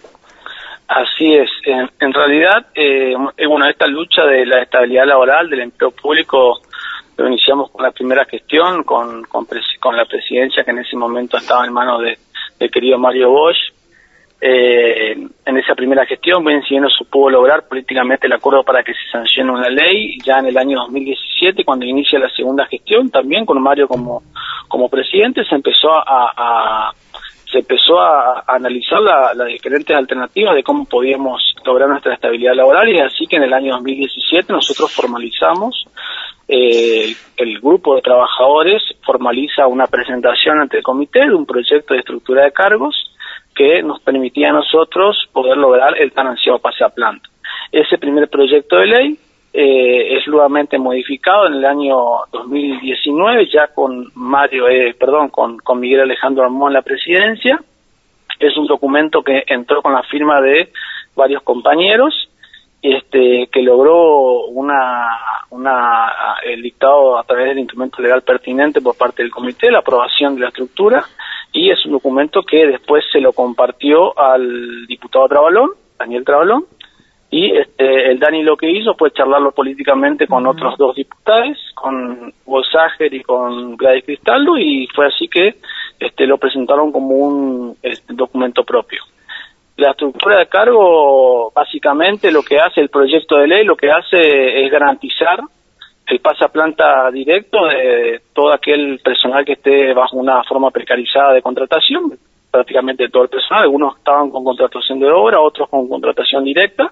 Así es, en, en realidad, eh, bueno, esta lucha de la estabilidad laboral, del empleo público, lo iniciamos con la primera gestión, con, con, con la presidencia que en ese momento estaba en manos de, del querido Mario Bosch. Eh, en esa primera gestión, bien si bien no se pudo lograr políticamente el acuerdo para que se sancione una ley, ya en el año dos mil diecisiete, cuando inicia la segunda gestión, también con Mario como como presidente, se empezó a, a se empezó a, a analizar la, las diferentes alternativas de cómo podíamos lograr nuestra estabilidad laboral, y así que en el año dos mil diecisiete nosotros formalizamos, eh, el grupo de trabajadores formaliza una presentación ante el comité de un proyecto de estructura de cargos que nos permitía a nosotros poder lograr el tan ansiado pase a planta. Ese primer proyecto de ley eh, es nuevamente modificado en el año dos mil diecinueve, ya con Mario, eh, perdón, con, con Miguel Alejandro Armón en la presidencia. Es un documento que entró con la firma de varios compañeros, este, que logró una, una, el dictado a través del instrumento legal pertinente por parte del comité, la aprobación de la estructura, y es un documento que después se lo compartió al diputado Trabalón, Daniel Trabalón, y este, el Dani lo que hizo fue charlarlo políticamente con uh-huh. otros dos diputados, con Hugo Ságer y con Gladys Cristaldo, y fue así que este, lo presentaron como un este, documento propio. La estructura de cargo, básicamente lo que hace el proyecto de ley, lo que hace es garantizar el pase a planta directo de todo aquel personal que esté bajo una forma precarizada de contratación, prácticamente todo el personal. Algunos estaban con contratación de obra, otros con contratación directa,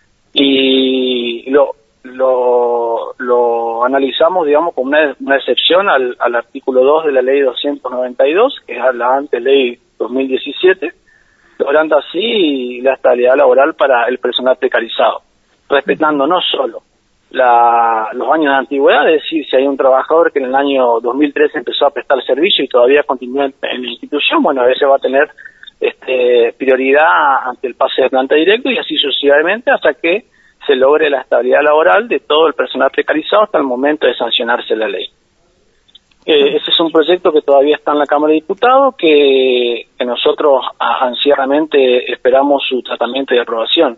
y lo lo, lo analizamos, digamos, como una, una excepción al, al artículo dos de la ley doscientos noventa y dos, que es la antes ley dos mil diecisiete, logrando así la estabilidad laboral para el personal precarizado, respetando no solo la, los años de antigüedad, es decir, si hay un trabajador que en el año dos mil trece empezó a prestar servicio y todavía continúa en, en la institución, bueno, a veces va a tener este, prioridad ante el pase de planta directo y así sucesivamente hasta que se logre la estabilidad laboral de todo el personal precarizado hasta el momento de sancionarse la ley. Eh, ese es un proyecto que todavía está en la Cámara de Diputados, que, que nosotros ansiosamente esperamos su tratamiento y aprobación.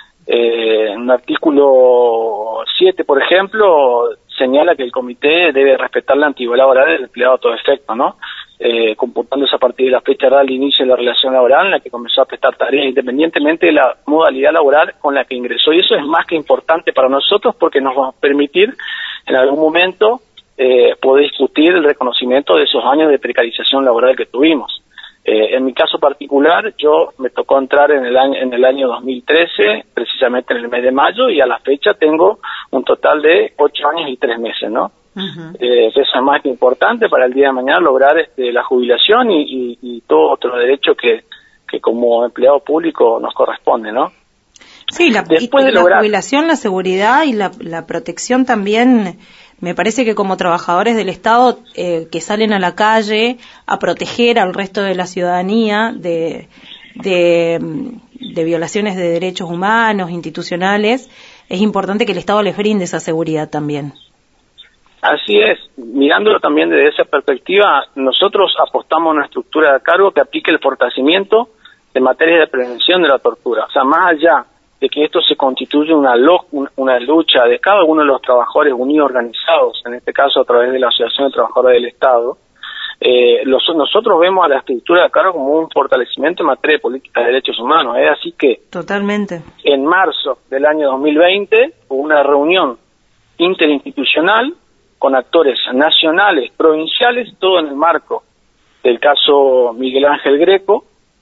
Eh, en el artículo siete, por ejemplo, señala que el comité debe respetar la antigüedad laboral del empleado a todo efecto, ¿no? Eh, computándose a partir de la fecha del inicio de la relación laboral en la que comenzó a prestar tareas, independientemente de la modalidad laboral con la que ingresó. Y eso es más que importante para nosotros porque nos va a permitir en algún momento eh, poder discutir el reconocimiento de esos años de precarización laboral que tuvimos. Eh, en mi caso particular, yo me tocó entrar en el año en el año dos mil trece, precisamente en el mes de mayo, y a la fecha tengo un total de ocho años y tres meses, ¿no? Uh-huh. Eh, eso es más que importante para el día de mañana lograr este, la jubilación y, y, y todo otro derecho que, que como empleado público nos corresponde, ¿no? Sí, la, Después y, de lograr... la jubilación, la seguridad y la, la protección también. Me parece que como trabajadores del Estado eh, que salen a la calle a proteger al resto de la ciudadanía de, de, de violaciones de derechos humanos, institucionales, es importante que el Estado les brinde esa seguridad también. Así es, mirándolo también desde esa perspectiva, nosotros apostamos a una estructura de cargo que aplique el fortalecimiento de materia de prevención de la tortura. O sea, más allá de que esto se constituye una, lo, una lucha de cada uno de los trabajadores unidos organizados, en este caso a través de la Asociación de Trabajadores del Estado, eh, los, nosotros vemos a la estructura de cargo como un fortalecimiento en materia de política de derechos humanos. Es así que totalmente. En marzo del año dos mil veinte hubo una reunión interinstitucional con actores nacionales, provinciales, todo en el marco del caso Miguel Ángel Greco,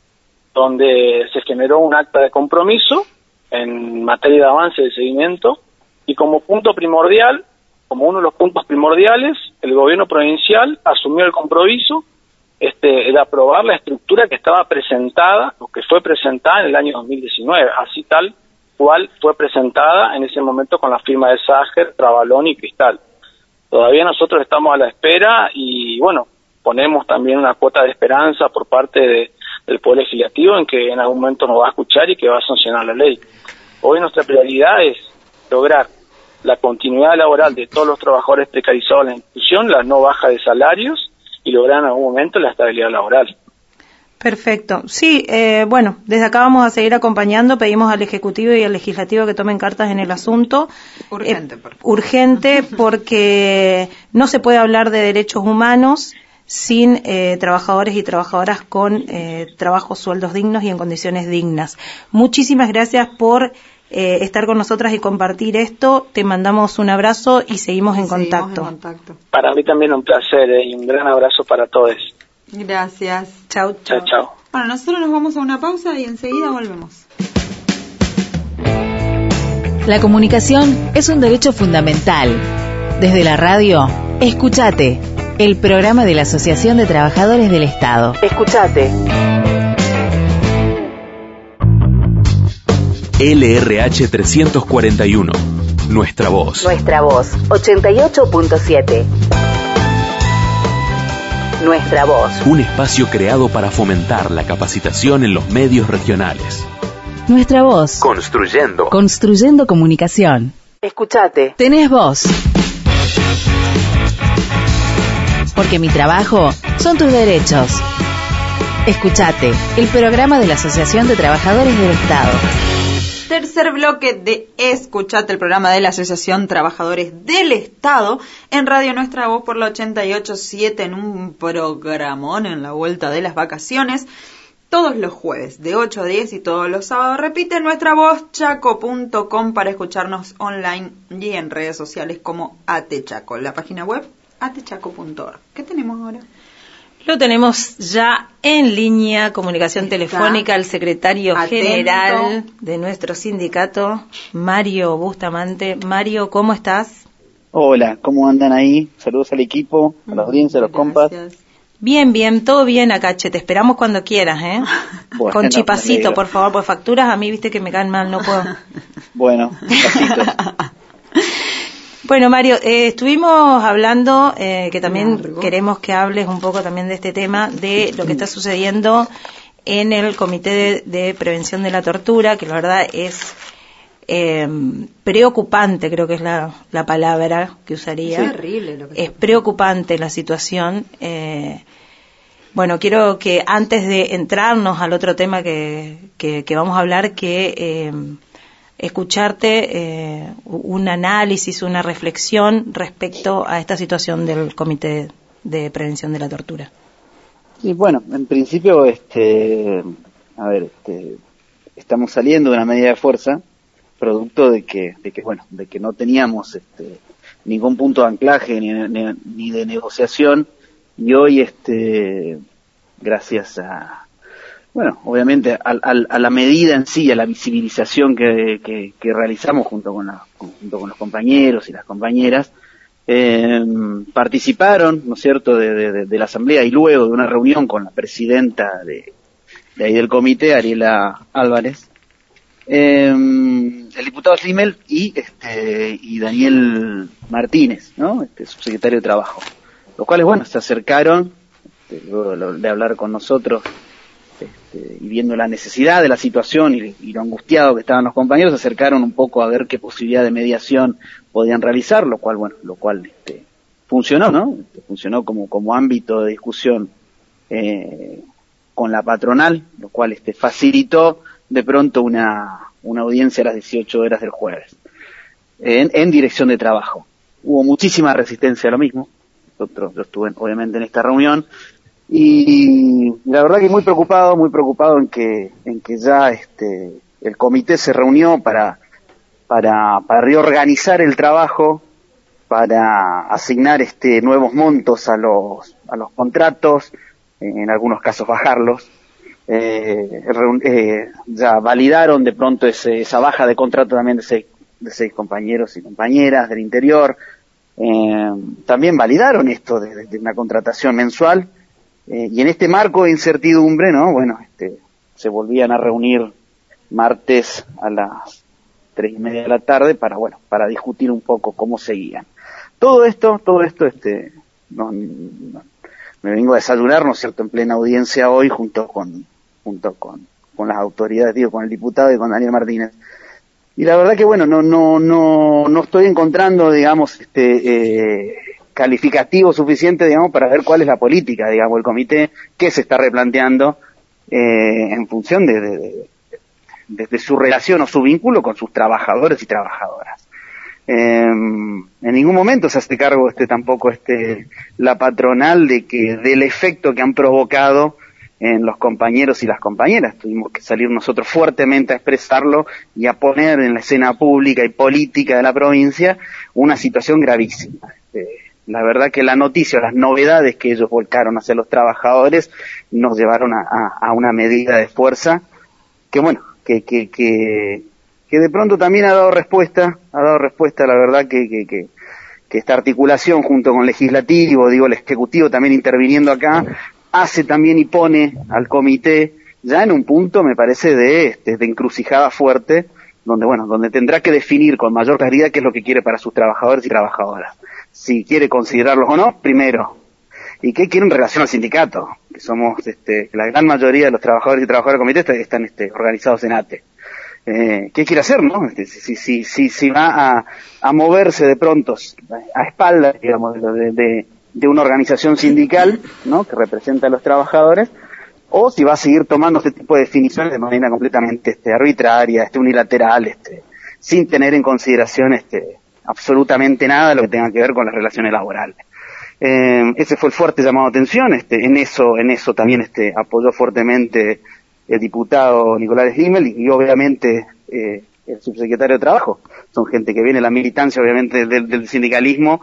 donde se generó un acta de compromiso en materia de avance y de seguimiento, y como punto primordial, como uno de los puntos primordiales, el gobierno provincial asumió el compromiso este, de aprobar la estructura que estaba presentada, o que fue presentada en el año dos mil diecinueve, así tal cual fue presentada en ese momento con la firma de Ságer, Trabalón y Cristal. Todavía nosotros estamos a la espera y, bueno, ponemos también una cuota de esperanza por parte de, del Poder Legislativo en que en algún momento nos va a escuchar y que va a sancionar la ley. Hoy nuestra prioridad es lograr la continuidad laboral de todos los trabajadores precarizados en la institución, la no baja de salarios y lograr en algún momento la estabilidad laboral. Perfecto. Sí, eh, bueno, desde acá vamos a seguir acompañando. Pedimos al Ejecutivo y al Legislativo que tomen cartas en el asunto. Urgente. Eh, urgente porque no se puede hablar de derechos humanos sin eh, trabajadores y trabajadoras con eh, trabajos, sueldos dignos y en condiciones dignas. Muchísimas gracias por eh, estar con nosotras y compartir esto. Te mandamos un abrazo y seguimos en, seguimos contacto. en contacto. Para mí también un placer eh, y un gran abrazo para todos. Gracias. Chau, chau. Chau, chau. Bueno, nosotros nos vamos a una pausa y enseguida volvemos. La comunicación es un derecho fundamental. Desde la radio, escúchate, el programa de la Asociación de Trabajadores del Estado. Escúchate. L R H trescientos cuarenta y uno, Nuestra Voz. Nuestra Voz, ochenta y ocho punto siete. Nuestra Voz. Un espacio creado para fomentar la capacitación en los medios regionales. Nuestra Voz. Construyendo. Construyendo comunicación. Escúchate. Tenés voz. Porque mi trabajo son tus derechos. Escúchate, el programa de la Asociación de Trabajadores del Estado. tercer bloque de Escuchate, el programa de la Asociación Trabajadores del Estado, en Radio Nuestra Voz por la ochenta y ocho punto siete, en un programón en la vuelta de las vacaciones, todos los jueves de ocho a diez y todos los sábados repite nuestra voz chaco punto com para escucharnos online y en redes sociales como Atechaco, la página web atechaco punto org. ¿Qué tenemos ahora? Lo tenemos ya en línea, comunicación Está telefónica, el secretario atento. general de nuestro sindicato, Mario Bustamante. Mario, ¿cómo estás? Hola, ¿cómo andan ahí? Saludos al equipo, a la audiencia, a los compas. Bien, bien, todo bien acá, che, te esperamos cuando quieras, ¿eh? Bueno, Con chipacito, me por favor, por facturas, a mí, viste que me caen mal, no puedo. Bueno, chipacito. Bueno, Mario, eh, estuvimos hablando, eh, que también Largo. queremos que hables un poco también de este tema, de lo que está sucediendo en el Comité de, de Prevención de la Tortura, que la verdad es eh, preocupante, creo que es la, la palabra que usaría. Es terrible lo que Es preocupante la situación. Eh, bueno, quiero que antes de entrarnos al otro tema que, que, que vamos a hablar, que... Eh, escucharte eh, un análisis, una reflexión respecto a esta situación del Comité de Prevención de la Tortura. Sí, bueno, en principio, este, a ver, este, estamos saliendo de una medida de fuerza, producto de que, de que bueno, de que no teníamos este, ningún punto de anclaje ni, ni, ni de negociación, y hoy, este, gracias a Bueno, obviamente a, a, a la medida en sí, a la visibilización que, que, que realizamos junto con, la, junto con los compañeros y las compañeras, eh, participaron, ¿no es cierto?, de, de, de la asamblea y luego de una reunión con la presidenta de, de ahí del comité, Ariela Álvarez, eh, el diputado Slimel y, este, y Daniel Martínez, ¿no?, este subsecretario de Trabajo, los cuales, bueno, se acercaron, este, luego de hablar con nosotros, Este, y viendo la necesidad de la situación y, y lo angustiado que estaban los compañeros, se acercaron un poco a ver qué posibilidad de mediación podían realizar, lo cual, bueno, lo cual este, funcionó, ¿no? Este, funcionó como, como ámbito de discusión eh, con la patronal, lo cual este, facilitó de pronto una, una audiencia a las dieciocho horas del jueves, en, en dirección de trabajo. Hubo muchísima resistencia a lo mismo, nosotros yo estuve obviamente en esta reunión, y la verdad que muy preocupado, muy preocupado en que en que ya este el comité se reunió para para para reorganizar el trabajo, para asignar este nuevos montos a los a los contratos, en algunos casos bajarlos. Eh, eh, ya validaron de pronto ese, esa baja de contrato también de seis, de seis compañeros y compañeras del interior. Eh, también validaron esto de, de una contratación mensual. Eh, y en este marco de incertidumbre, ¿no? Bueno, este, se volvían a reunir martes a las tres y media de la tarde para, bueno, para discutir un poco cómo seguían. Todo esto, todo esto, este, no, no, me vengo a desayunar, ¿no es cierto?, en plena audiencia hoy junto con, junto con, con las autoridades, digo, con el diputado y con Daniel Martínez. Y la verdad que, bueno, no, no, no, no estoy encontrando, digamos, este, eh, calificativo suficiente, digamos, para ver cuál es la política, digamos, el comité, qué se está replanteando eh, en función de, de, de, de, de su relación o su vínculo con sus trabajadores y trabajadoras. Eh, en ningún momento se hace cargo este tampoco este la patronal de que del efecto que han provocado en los compañeros y las compañeras. Tuvimos que salir nosotros fuertemente a expresarlo y a poner en la escena pública y política de la provincia una situación gravísima. Eh, La verdad que la noticia, las novedades que ellos volcaron hacia los trabajadores nos llevaron a, a, a una medida de fuerza que, bueno, que, que, que, que de pronto también ha dado respuesta, ha dado respuesta, la verdad que, que, que, que esta articulación junto con el legislativo, digo, el ejecutivo también interviniendo acá, hace también y pone al comité ya en un punto, me parece, de, este, de encrucijada fuerte, donde, bueno, donde tendrá que definir con mayor claridad qué es lo que quiere para sus trabajadores y trabajadoras. Si quiere considerarlos o no, primero. ¿Y qué quiere en relación al sindicato? Que somos, este, la gran mayoría de los trabajadores y trabajadoras del comité están, este, organizados en A T E. Eh, ¿qué quiere hacer, no? Este, si, si, si, si va a, a moverse de pronto a espaldas, digamos, de, de, de una organización sindical, ¿no?, que representa a los trabajadores, o si va a seguir tomando este tipo de definiciones de manera completamente este, arbitraria, este, unilateral, este, sin tener en consideración este, absolutamente nada de lo que tenga que ver con las relaciones laborales. Eh, ese fue el fuerte llamado de atención, este, en eso, en eso también este, apoyó fuertemente el diputado Nicolás Slimmel y, y obviamente eh, el subsecretario de Trabajo. Son gente que viene de la militancia obviamente del, del sindicalismo,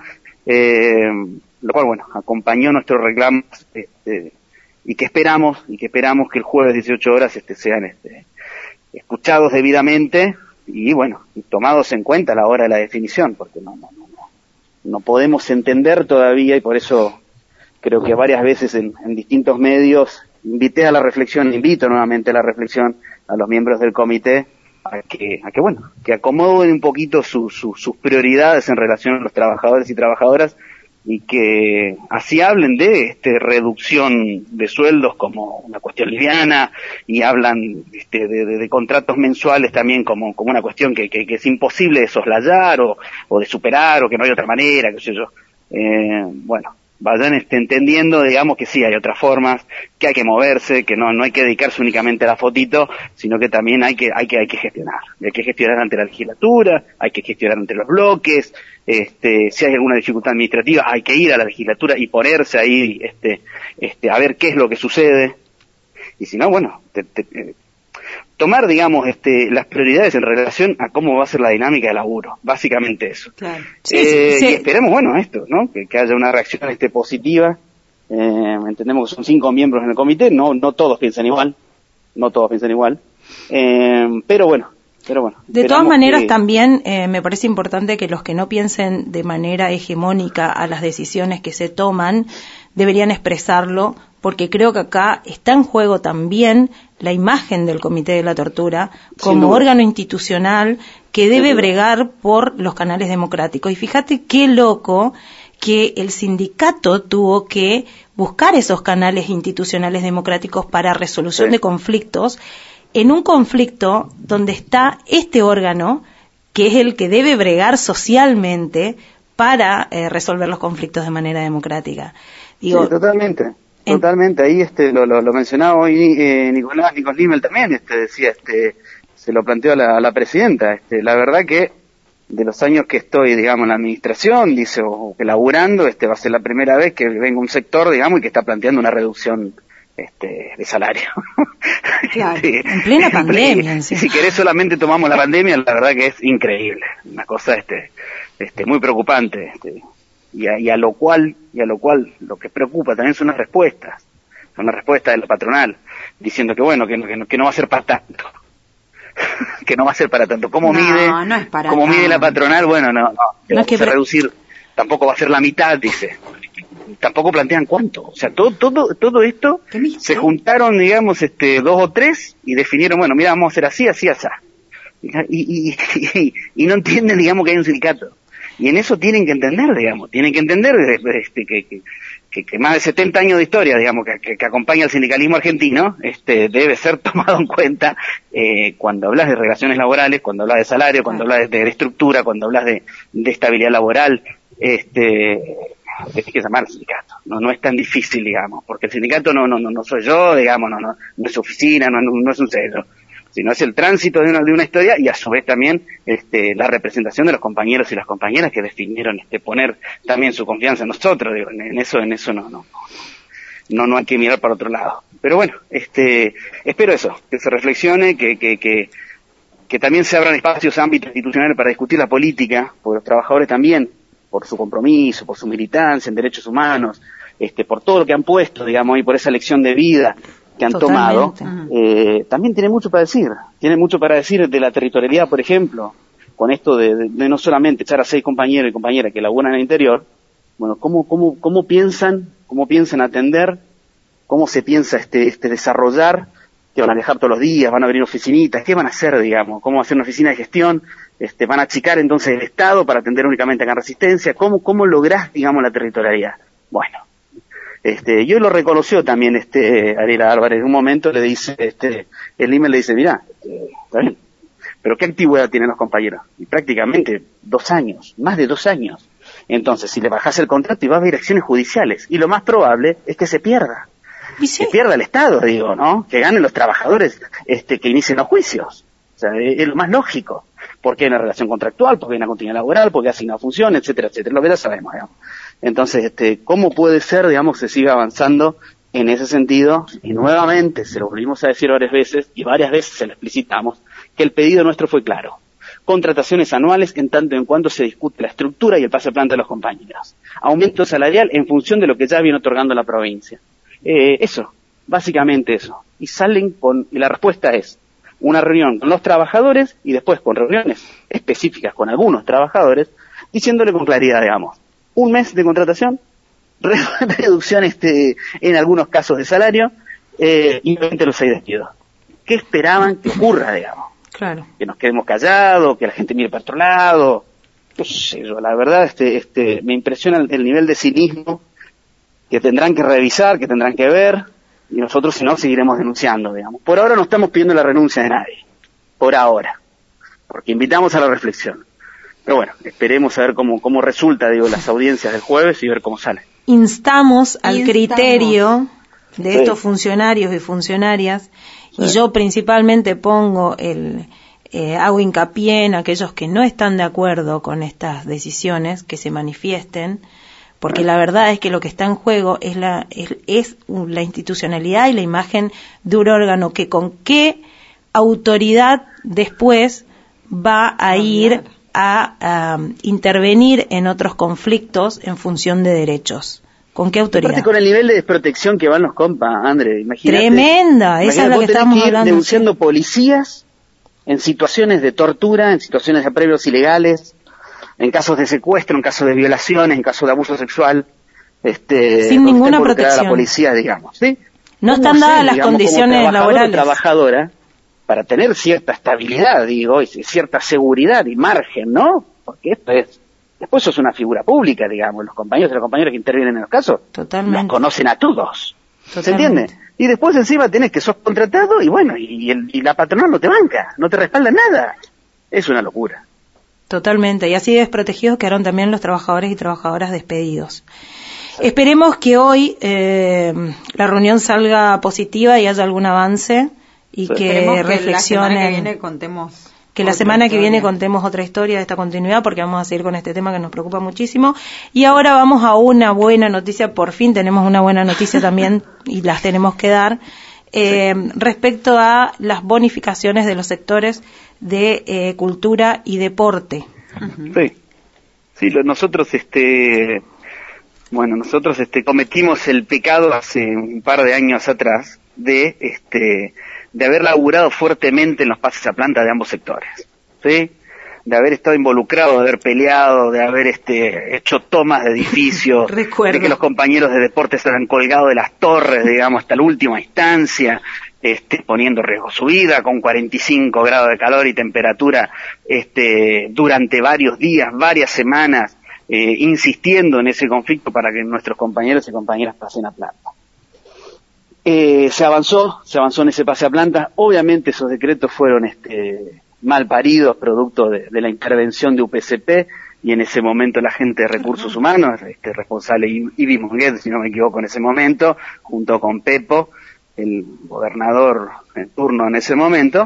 eh, lo cual bueno, acompañó nuestros reclamos este, y que esperamos, y que esperamos que el jueves dieciocho horas este, sean este, escuchados debidamente y bueno, y tomados en cuenta a la hora de la definición, porque no, no, no, no, no podemos entender todavía, y por eso creo que varias veces en, en distintos medios invité a la reflexión, invito nuevamente a la reflexión a los miembros del comité, a que, a que bueno, que acomoden un poquito su, su, sus prioridades en relación a los trabajadores y trabajadoras, y que así hablen de este reducción de sueldos como una cuestión liviana, y hablan este, de, de, de contratos mensuales también como, como una cuestión que, que, que es imposible de soslayar o, o de superar, o que no hay otra manera, qué sé yo. Eh, bueno, vayan este, entendiendo, digamos, que sí hay otras formas, que hay que moverse, que no no hay que dedicarse únicamente a la fotito, sino que también hay que hay que hay que gestionar, hay que gestionar ante la legislatura, hay que gestionar ante los bloques, este, si hay alguna dificultad administrativa hay que ir a la legislatura y ponerse ahí, este, este, a ver qué es lo que sucede, y si no, bueno, te, te, eh, tomar, digamos, este, las prioridades en relación a cómo va a ser la dinámica de laburo, básicamente eso. Claro. Sí, eh, sí, sí. Y esperemos, bueno, esto, ¿no? Que, que haya una reacción este, positiva. Eh, entendemos que son cinco miembros en el comité, no, no todos piensan igual, no todos piensan igual, eh, pero bueno, pero bueno. De todas esperamos maneras, que... también eh, me parece importante que los que no piensen de manera hegemónica a las decisiones que se toman deberían expresarlo, porque creo que acá está en juego también la imagen del Comité de la Tortura como órgano institucional que debe bregar por los canales democráticos. Y fíjate qué loco que el sindicato tuvo que buscar esos canales institucionales democráticos para resolución sí. de conflictos, en un conflicto donde está este órgano, que es el que debe bregar socialmente para eh, resolver los conflictos de manera democrática. Digo, sí, totalmente. Totalmente, ahí este lo, lo, lo mencionaba hoy eh, Nicolás, Nicolás Slimmel también, este decía, este se lo planteó a la, a la presidenta, este la verdad que de los años que estoy, digamos, en la administración, dice, o que laburando, este va a ser la primera vez que venga un sector, digamos, y que está planteando una reducción este de salario. Claro, este, en plena pandemia. Y, si querés solamente tomamos la pandemia, la verdad que es increíble, una cosa este este muy preocupante, este Y a, y a lo cual, y a lo cual, lo que preocupa también son las respuestas, son las respuestas de la patronal, diciendo que bueno, que, que, no, que no va a ser para tanto, que no va a ser para tanto. ¿Cómo no, mide, no es para cómo tanto. mide la patronal? Bueno, no, no, no es que va a pre- reducir, tampoco va a ser la mitad, dice. Tampoco plantean cuánto. O sea, todo, todo, todo esto se juntaron, digamos, este, dos o tres y definieron, bueno, mira, vamos a hacer así, así, así. Y, y, y, y no entienden, digamos, que hay un sindicato. Y en eso tienen que entender, digamos, tienen que entender este, que, que, que, que más de setenta años de historia, digamos, que, que, que acompaña al sindicalismo argentino, este, debe ser tomado en cuenta eh, cuando hablas de relaciones laborales, cuando hablas de salario, cuando hablas de, de estructura, cuando hablas de, de estabilidad laboral, este, tienes que llamar al sindicato. No, no es tan difícil, digamos, porque el sindicato no, no, no, no soy yo, digamos, no, no, no es oficina, no, no, no es un sello, sino es el tránsito de una, de una historia y a su vez también este, la representación de los compañeros y las compañeras que definieron este, poner también su confianza en nosotros. Digo, en, en eso en eso no, no no no hay que mirar para otro lado. Pero bueno, este espero eso, que se reflexione, que que que, que también se abran espacios, ámbitos institucionales para discutir la política, por los trabajadores también, por su compromiso, por su militancia en derechos humanos, este por todo lo que han puesto, digamos, y por esa lección de vida que han Totalmente. tomado, eh, también tiene mucho para decir, tiene mucho para decir de la territorialidad, por ejemplo, con esto de, de, de no solamente echar a seis compañeros y compañeras que laburan en el interior, bueno, cómo, cómo, cómo piensan, cómo piensan atender, cómo se piensa este, este desarrollar, que van a viajar todos los días, van a abrir oficinitas, qué van a hacer, digamos, cómo hacer una oficina de gestión, este, van a achicar entonces el Estado para atender únicamente acá en Resistencia, cómo, cómo lográs, digamos, la territorialidad. Bueno. Este, yo lo reconoció también este Ariela Álvarez en un momento, le dice, este, el Slimmel le dice, mira, eh, está bien, pero ¿qué antigüedad tienen los compañeros? Y prácticamente dos años, más de dos años. Entonces, si le bajás el contrato y va a haber acciones judiciales, y lo más probable es que se pierda. que pierda el Estado, digo, ¿no? Que ganen los trabajadores, este, que inicien los juicios. O sea, es, es lo más lógico. Porque hay una relación contractual, porque hay una continuidad laboral, porque ha asignado función, etcétera, etcétera. Lo que ya sabemos, digamos. Entonces, este, ¿cómo puede ser, digamos, que se siga avanzando en ese sentido? Y nuevamente, se lo volvimos a decir varias veces, y varias veces se lo explicitamos, que el pedido nuestro fue claro. Contrataciones anuales en tanto en cuanto se discute la estructura y el pase a planta de los compañeros. Aumento salarial en función de lo que ya viene otorgando la provincia. Eh, eso, básicamente eso. Y salen con, y la respuesta es una reunión con los trabajadores y después con reuniones específicas con algunos trabajadores, diciéndole con claridad, digamos, un mes de contratación, reducción este, en algunos casos de salario, eh, y obviamente los seis despidos. ¿Qué esperaban que ocurra, digamos? Claro. Que nos quedemos callados, que la gente mire para otro lado. No sé yo, la verdad, este, este, me impresiona el, el nivel de cinismo que tendrán que revisar, que tendrán que ver, y nosotros, si no, seguiremos denunciando, digamos. Por ahora no estamos pidiendo la renuncia de nadie. Por ahora. Porque invitamos a la reflexión. Pero bueno, esperemos a ver cómo, cómo resulta, digo, las audiencias del jueves y ver cómo sale. Instamos al Instamos. criterio de Sí. estos funcionarios y funcionarias, Sí. y yo principalmente pongo el, eh, hago hincapié en aquellos que no están de acuerdo con estas decisiones, que se manifiesten, porque la verdad es que lo que está en juego es la, es, es la institucionalidad y la imagen de un órgano que con qué autoridad después va a ir a, a intervenir en otros conflictos en función de derechos. ¿Con qué autoridad? Aparte con el nivel de desprotección que van los compas, André, imagínate. Tremenda, esa es la que estamos que ir hablando. denunciando policías en situaciones de tortura, en situaciones de aprevios ilegales, en casos de secuestro, en casos de violaciones, en casos de abuso sexual, este, sin ninguna involucrada protección. La policía, digamos, ¿sí? No ¿Cómo están dadas ser, las digamos, condiciones como trabajador o laborales. trabajadora para tener cierta estabilidad, digo, y cierta seguridad y margen, ¿no? Porque esto es, después sos una figura pública, digamos, los compañeros y las compañeras que intervienen en los casos, Totalmente. los conocen a todos, ¿se Totalmente. entiende? Y después encima tenés que sos contratado y bueno, y, el, y la patronal no te banca, no te respalda nada. Es una locura. Totalmente, y así desprotegidos quedaron también los trabajadores y trabajadoras despedidos. Esperemos que hoy eh, la reunión salga positiva y haya algún avance y Sí. que Esperemos que reflexionen. la semana que viene contemos Que la otra semana que historia. viene contemos otra historia de esta continuidad, porque vamos a seguir con este tema que nos preocupa muchísimo. Y ahora vamos a una buena noticia, por fin tenemos una buena noticia también, y las tenemos que dar, eh, sí. respecto a las bonificaciones de los sectores de eh, cultura y deporte. Uh-huh. Sí, sí, lo, nosotros, este, bueno, nosotros este, cometimos el pecado hace un par de años atrás de, este, de haber laburado fuertemente en los pases a planta de ambos sectores, ¿sí? De haber estado involucrado, de haber peleado, de haber este, hecho tomas de edificios, de que los compañeros de deportes se han colgado de las torres, digamos, hasta la última instancia, este, poniendo en riesgo su vida con cuarenta y cinco grados de calor y temperatura, este, durante varios días, varias semanas, eh, insistiendo en ese conflicto para que nuestros compañeros y compañeras pasen a planta. Eh, se avanzó, se avanzó en ese pase a planta. Obviamente esos decretos fueron este, mal paridos, producto de, de la intervención de U P C P, y en ese momento la gente de Recursos Humanos, este responsable Ibi Monguet, si no me equivoco en ese momento, junto con Pepo, el gobernador en turno en ese momento,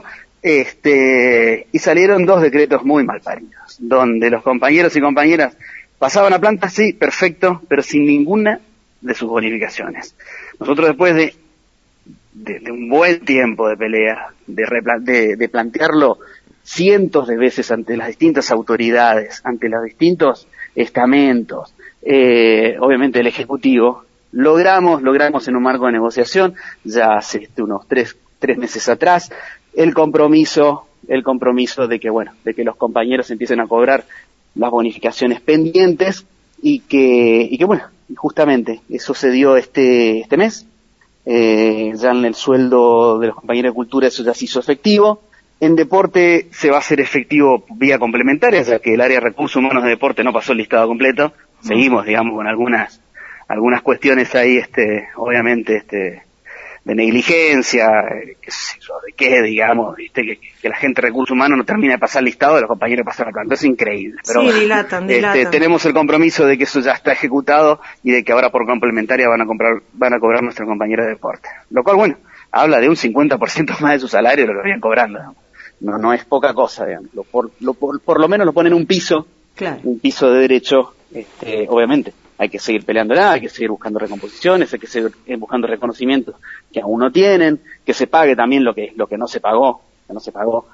este, y salieron dos decretos muy mal paridos, donde los compañeros y compañeras pasaban a planta, sí, perfecto, pero sin ninguna de sus bonificaciones. Nosotros después de De, de un buen tiempo de pelea, de, repla- de, de plantearlo cientos de veces ante las distintas autoridades, ante los distintos estamentos, eh, obviamente el Ejecutivo, logramos, logramos en un marco de negociación, ya hace este, unos tres, tres meses atrás, el compromiso, el compromiso de que, bueno, de que los compañeros empiecen a cobrar las bonificaciones pendientes y que, y que bueno, justamente eso se dio este, este mes. Eh, ya en el sueldo de los compañeros de cultura eso ya se hizo efectivo. En deporte se va a hacer efectivo vía complementaria, ya que el área de recursos humanos de deporte no pasó el listado completo. Seguimos, digamos, con algunas algunas cuestiones ahí, este, obviamente, este, de negligencia, eh, qué sé yo, de qué, digamos, viste, que, que la gente de recursos humanos no termina de pasar listado de los compañeros que pasan la planta. Es increíble. Pero sí, bueno, dilatan, dilatan. Este, tenemos el compromiso de que eso ya está ejecutado y de que ahora por complementaria van a comprar, van a cobrar nuestros compañeros de deporte. Lo cual, bueno, habla de un cincuenta por ciento más de su salario de lo que venían cobrando. ¿No? No, no es poca cosa, digamos. Lo, por, lo, por, por lo menos lo ponen un piso, claro. un piso de derecho, este, obviamente. Hay que seguir peleándola, hay que seguir buscando recomposiciones, hay que seguir buscando reconocimientos que aún no tienen, que se pague también lo que, lo que no se pagó, que no se pagó,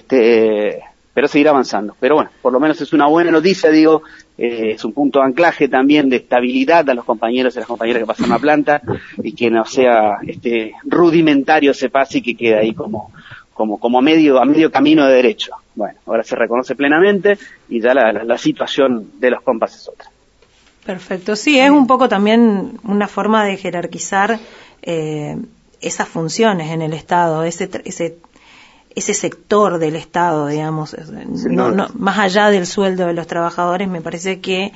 este, pero seguir avanzando. Pero bueno, por lo menos es una buena noticia, digo, eh, es un punto de anclaje también de estabilidad a los compañeros y las compañeras que pasan la planta, y que no sea, este, rudimentario ese pase y que quede ahí como, como, como a medio, a medio camino de derecho. Bueno, ahora se reconoce plenamente y ya la, la, la situación de los compas es otra. Perfecto, sí, es un poco también una forma de jerarquizar eh, esas funciones en el Estado, ese ese ese sector del Estado, digamos, no, no, más allá del sueldo de los trabajadores, me parece que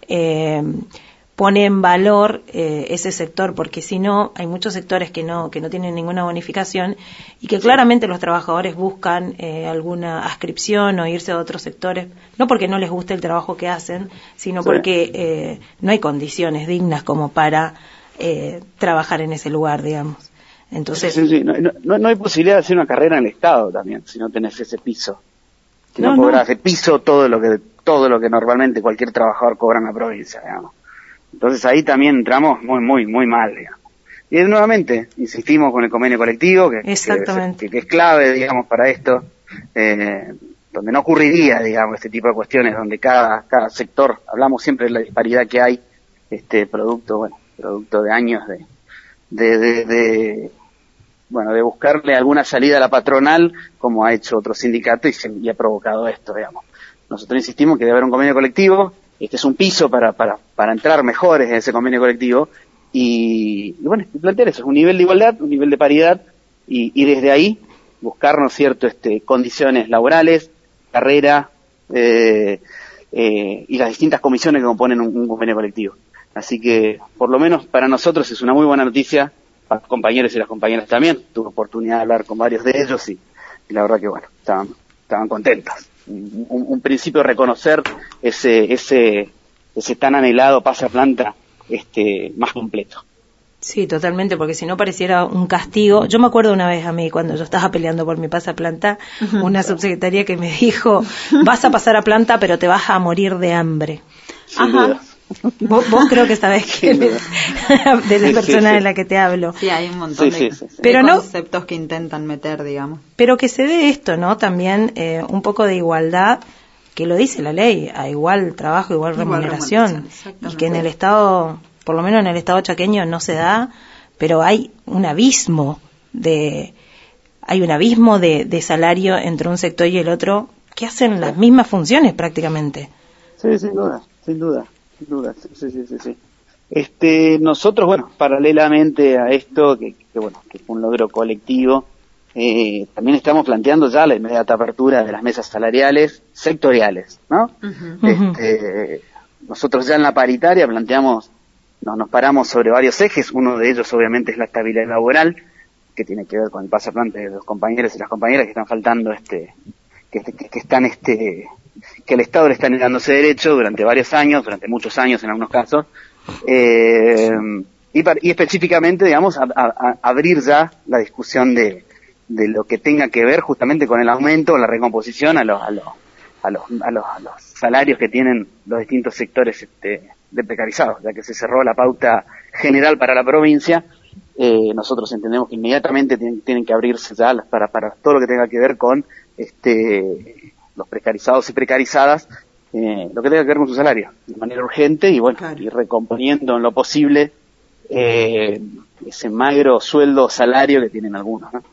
eh, pone en valor eh, ese sector, porque si no, hay muchos sectores que no que no tienen ninguna bonificación y que claramente los trabajadores buscan eh, alguna adscripción o irse a otros sectores, no porque no les guste el trabajo que hacen, sino sí. porque eh, no hay condiciones dignas como para eh, trabajar en ese lugar, digamos. Entonces, sí, sí, no, no, no hay posibilidad de hacer una carrera en el Estado también, si no tenés ese piso. Si no, no cobras no. ese piso, todo lo que todo lo que normalmente cualquier trabajador cobra en la provincia, digamos. Entonces ahí también entramos muy, muy, muy mal, digamos. Y nuevamente, insistimos con el convenio colectivo, que, Exactamente. que, que es clave, digamos, para esto, eh, donde no ocurriría, digamos, este tipo de cuestiones, donde cada, cada sector, hablamos siempre de la disparidad que hay, este producto, bueno, producto de años de, de, de, de bueno, de buscarle alguna salida a la patronal, como ha hecho otro sindicato y, se, y ha provocado esto, digamos. Nosotros insistimos que debe haber un convenio colectivo. Este es un piso para, para, para entrar mejores en ese convenio colectivo y, y bueno, plantear eso, un nivel de igualdad, un nivel de paridad y, y desde ahí buscar, ¿no es cierto?, este, condiciones laborales, carrera eh, eh, y las distintas comisiones que componen un, un convenio colectivo. Así que, por lo menos para nosotros es una muy buena noticia, para los compañeros y las compañeras también. Tuve oportunidad de hablar con varios de ellos y, y la verdad que, bueno, estaban, estaban contentos. Un, un principio de reconocer ese ese ese tan anhelado pase a planta este más completo. Sí, totalmente, porque si no pareciera un castigo. Yo me acuerdo una vez a mí, cuando yo estaba peleando por mi pase a planta, una subsecretaria que me dijo, vas a pasar a planta, pero te vas a morir de hambre. Sin Ajá. duda. Vos, vos creo que sabés quién es de la sí, persona sí, sí. de la que te hablo. Sí, hay un montón sí, de, sí, sí, sí. Pero de no, conceptos que intentan meter, digamos. Pero que se dé esto, ¿no? También eh, un poco de igualdad, que lo dice la ley, a igual trabajo, igual, igual remuneración. remuneración y que en el Estado, por lo menos en el Estado chaqueño no se da, pero hay un abismo de hay un abismo de, de salario entre un sector y el otro que hacen las mismas funciones prácticamente. Sí, sin duda, sin duda. Sin duda, sí, sí, sí, sí. Este, nosotros, bueno, paralelamente a esto, que, que bueno, que fue un logro colectivo, eh, también estamos planteando ya la inmediata apertura de las mesas salariales sectoriales, ¿no? Uh-huh. Este, nosotros ya en la paritaria planteamos, no, nos paramos sobre varios ejes, uno de ellos obviamente es la estabilidad laboral, que tiene que ver con el pasaplante de los compañeros y las compañeras que están faltando, este, que, que, que están, este, que el Estado le está negando ese derecho durante varios años, durante muchos años en algunos casos, eh, y, y específicamente, digamos, a, a, a abrir ya la discusión de, de lo que tenga que ver justamente con el aumento o la recomposición a los, a los, a los, a los, a los salarios que tienen los distintos sectores este, de precarizados, ya que se cerró la pauta general para la provincia. Eh, nosotros entendemos que inmediatamente tienen, tienen que abrirse ya para, para todo lo que tenga que ver con este los precarizados y precarizadas, eh, lo que tenga que ver con su salario, de manera urgente y bueno, claro. y recomponiendo en lo posible eh, ese magro sueldo salario que tienen algunos, ¿no?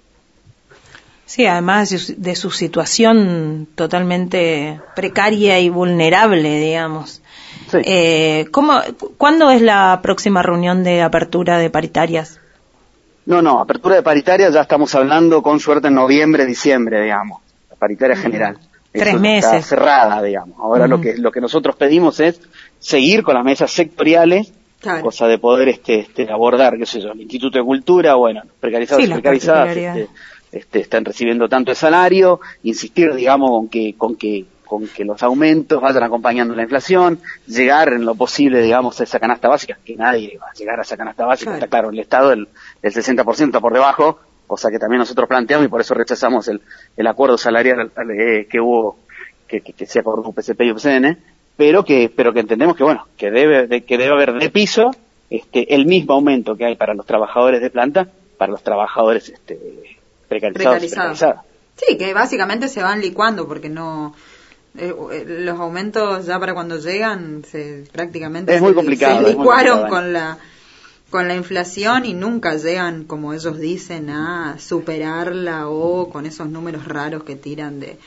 Sí, además de su, de su situación totalmente precaria y vulnerable, digamos. Sí. Eh, ¿cómo, ¿Cuándo es la próxima reunión de apertura de paritarias? No, no, apertura de paritarias ya estamos hablando con suerte en noviembre, diciembre, digamos, la paritaria mm. general. Tres Eso meses. Está cerrada, digamos. Ahora mm. lo que lo que nosotros pedimos es seguir con las mesas sectoriales Claro. Cosa de poder este, este abordar, qué sé yo, el Instituto de Cultura, bueno, precarizados Sí, y las precarizadas particularidades. este, este, están recibiendo tanto de salario, insistir, digamos, con que, con que, con que los aumentos vayan acompañando la inflación, llegar en lo posible, digamos, a esa canasta básica, que nadie va a llegar a esa canasta básica, Claro. está claro, el Estado el, el sesenta por ciento por debajo, cosa que también nosotros planteamos y por eso rechazamos el, el acuerdo salarial eh, que hubo, que, que, que se acordó P C P y U C N, pero que, pero que entendemos que bueno, que debe, de, que debe haber de piso, este, el mismo aumento que hay para los trabajadores de planta, para los trabajadores, este, precarizados y Precarizados. precarizadas. Sí, que básicamente se van licuando porque no... eh, eh, los aumentos ya para cuando llegan se prácticamente Es muy se, complicado, se es muy licuaron complicado. con la con la inflación y nunca llegan, como ellos dicen, a superarla o con esos números raros que tiran de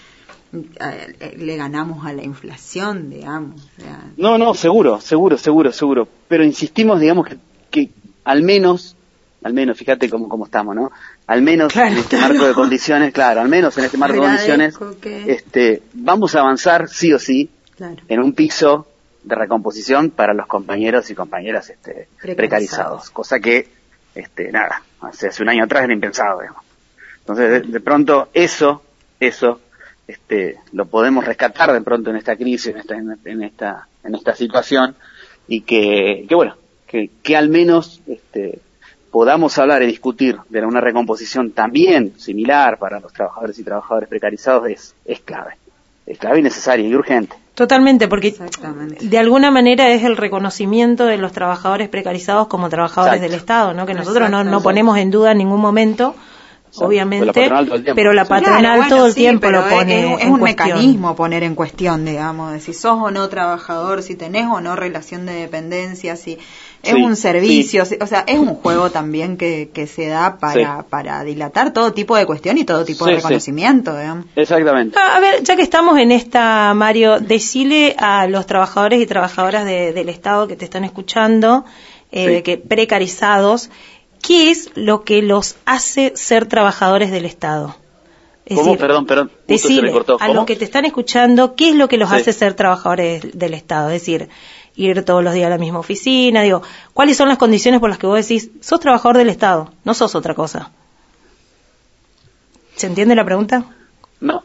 eh, le ganamos a la inflación, digamos. O sea, No, no, seguro, seguro, seguro, seguro. Pero insistimos, digamos, que, que al menos, al menos, fíjate cómo, cómo estamos, ¿no? Al menos Claro, en este claro. marco de condiciones, claro, al menos en este marco de condiciones, agradezco que- este, vamos a avanzar sí o sí claro. en un piso de recomposición para los compañeros y compañeras este, Precarizados. precarizados, cosa que, este, nada, hace, hace un año atrás era impensado, digamos. Entonces, de, de pronto, eso, eso, este, lo podemos rescatar de pronto en esta crisis, en esta, en, en esta, en esta situación, y que, que bueno, que, que al menos, este, podamos hablar y discutir de una recomposición también similar para los trabajadores y trabajadoras precarizados es, es clave, es clave y necesaria y urgente. Totalmente, porque Exactamente. de alguna manera es el reconocimiento de los trabajadores precarizados como trabajadores Exacto. del Estado, ¿no? Que nosotros no, no Exacto. ponemos en duda en ningún momento, Exacto. obviamente, Pero la patronal todo el tiempo. pero la Sí. patronal Claro, bueno, todo el sí, tiempo pero lo pone es, es en un cuestión. mecanismo poner en cuestión, digamos, de si sos o no trabajador, si tenés o no relación de dependencia, si es Sí, un servicio, sí. si- o sea, es un juego también que, que se da para, Sí. para dilatar todo tipo de cuestión y todo tipo Sí, de sí. reconocimiento, digamos. Exactamente. A ver, ya que estamos en esta, Mario, decile a los trabajadores y trabajadoras de- del Estado que te están escuchando, eh, Sí. que precarizados, ¿qué es lo que los hace ser trabajadores del Estado? Es ¿Cómo? decir, Perdón, perdón. Justo se decile me cortó. a ¿Cómo? los que te están escuchando, ¿qué es lo que los Sí. hace ser trabajadores del Estado? Es decir, ir todos los días a la misma oficina, digo, ¿cuáles son las condiciones por las que vos decís, sos trabajador del Estado, no sos otra cosa? ¿Se entiende la pregunta? No.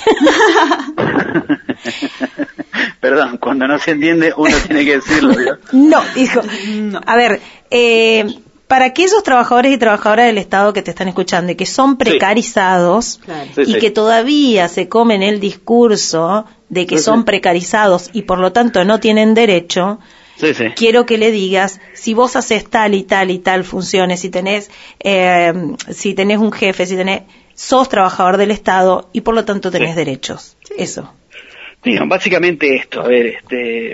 Perdón, cuando no se entiende uno tiene que decirlo. ¿vio? No, dijo. A ver, eh, para aquellos trabajadores y trabajadoras del Estado que te están escuchando y que son precarizados Claro. Sí, y sí. que todavía se comen el discurso de que Sí, son sí. precarizados y por lo tanto no tienen derecho, Sí, sí. quiero que le digas, si vos haces tal y tal y tal funciones, si tenés, eh, si tenés un jefe, si tenés, sos trabajador del Estado y por lo tanto tenés Sí. derechos. Eso. Sí, no, básicamente esto, a ver, este,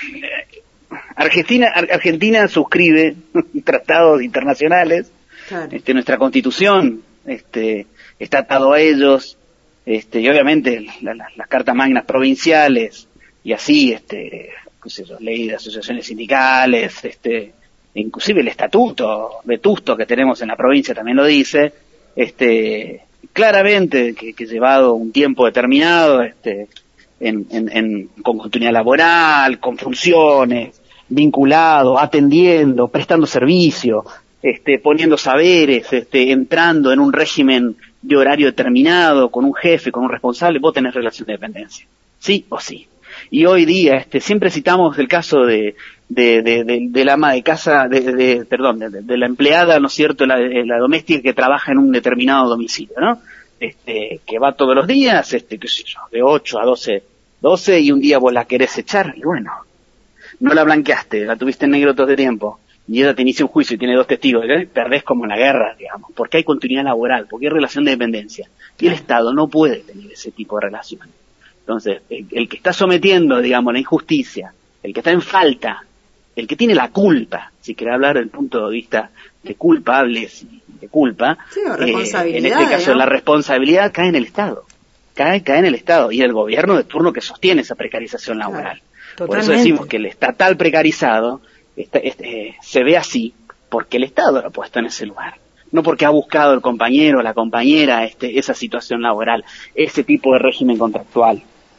Argentina, Ar- Argentina suscribe tratados internacionales, Claro. este, nuestra constitución, este, está atado a ellos, este, y obviamente la- la- las cartas magnas provinciales, y así, este, qué sé yo, ley de asociaciones sindicales, este, inclusive el estatuto vetusto que tenemos en la provincia también lo dice, este, claramente que, que llevado un tiempo determinado, este, en, en, en, con continuidad laboral, con funciones, vinculado, atendiendo, prestando servicio, este, poniendo saberes, este, entrando en un régimen de horario determinado, con un jefe, con un responsable, vos tenés relación de dependencia, sí o sí. Y hoy día, este, siempre citamos el caso de, de, de, de, de la ama de casa, de, de, perdón, de, de la empleada, ¿no es cierto?, la, la doméstica que trabaja en un determinado domicilio, ¿no? Este, que va todos los días, este, qué sé yo, de ocho a doce, doce, y un día vos la querés echar, y bueno, no la blanqueaste, la tuviste en negro todo el tiempo, y ella te inicia un juicio y tiene dos testigos, ¿eh? Perdés como en la guerra, digamos, porque hay continuidad laboral, porque hay relación de dependencia, y el Estado no puede tener ese tipo de relación. Entonces, el, el que está sometiendo, digamos, la injusticia, el que está en falta, el que tiene la culpa, si quiere hablar desde el punto de vista de culpables y de culpa, Sí, o eh, responsabilidad, en este caso digamos. la responsabilidad cae en el Estado, cae, cae en el Estado y el gobierno de turno que sostiene esa precarización laboral. Por eso Totalmente. decimos que el estatal precarizado este, este, eh, se ve así porque el Estado lo ha puesto en ese lugar. No porque ha buscado el compañero o la compañera este, esa situación laboral, ese tipo de régimen contractual.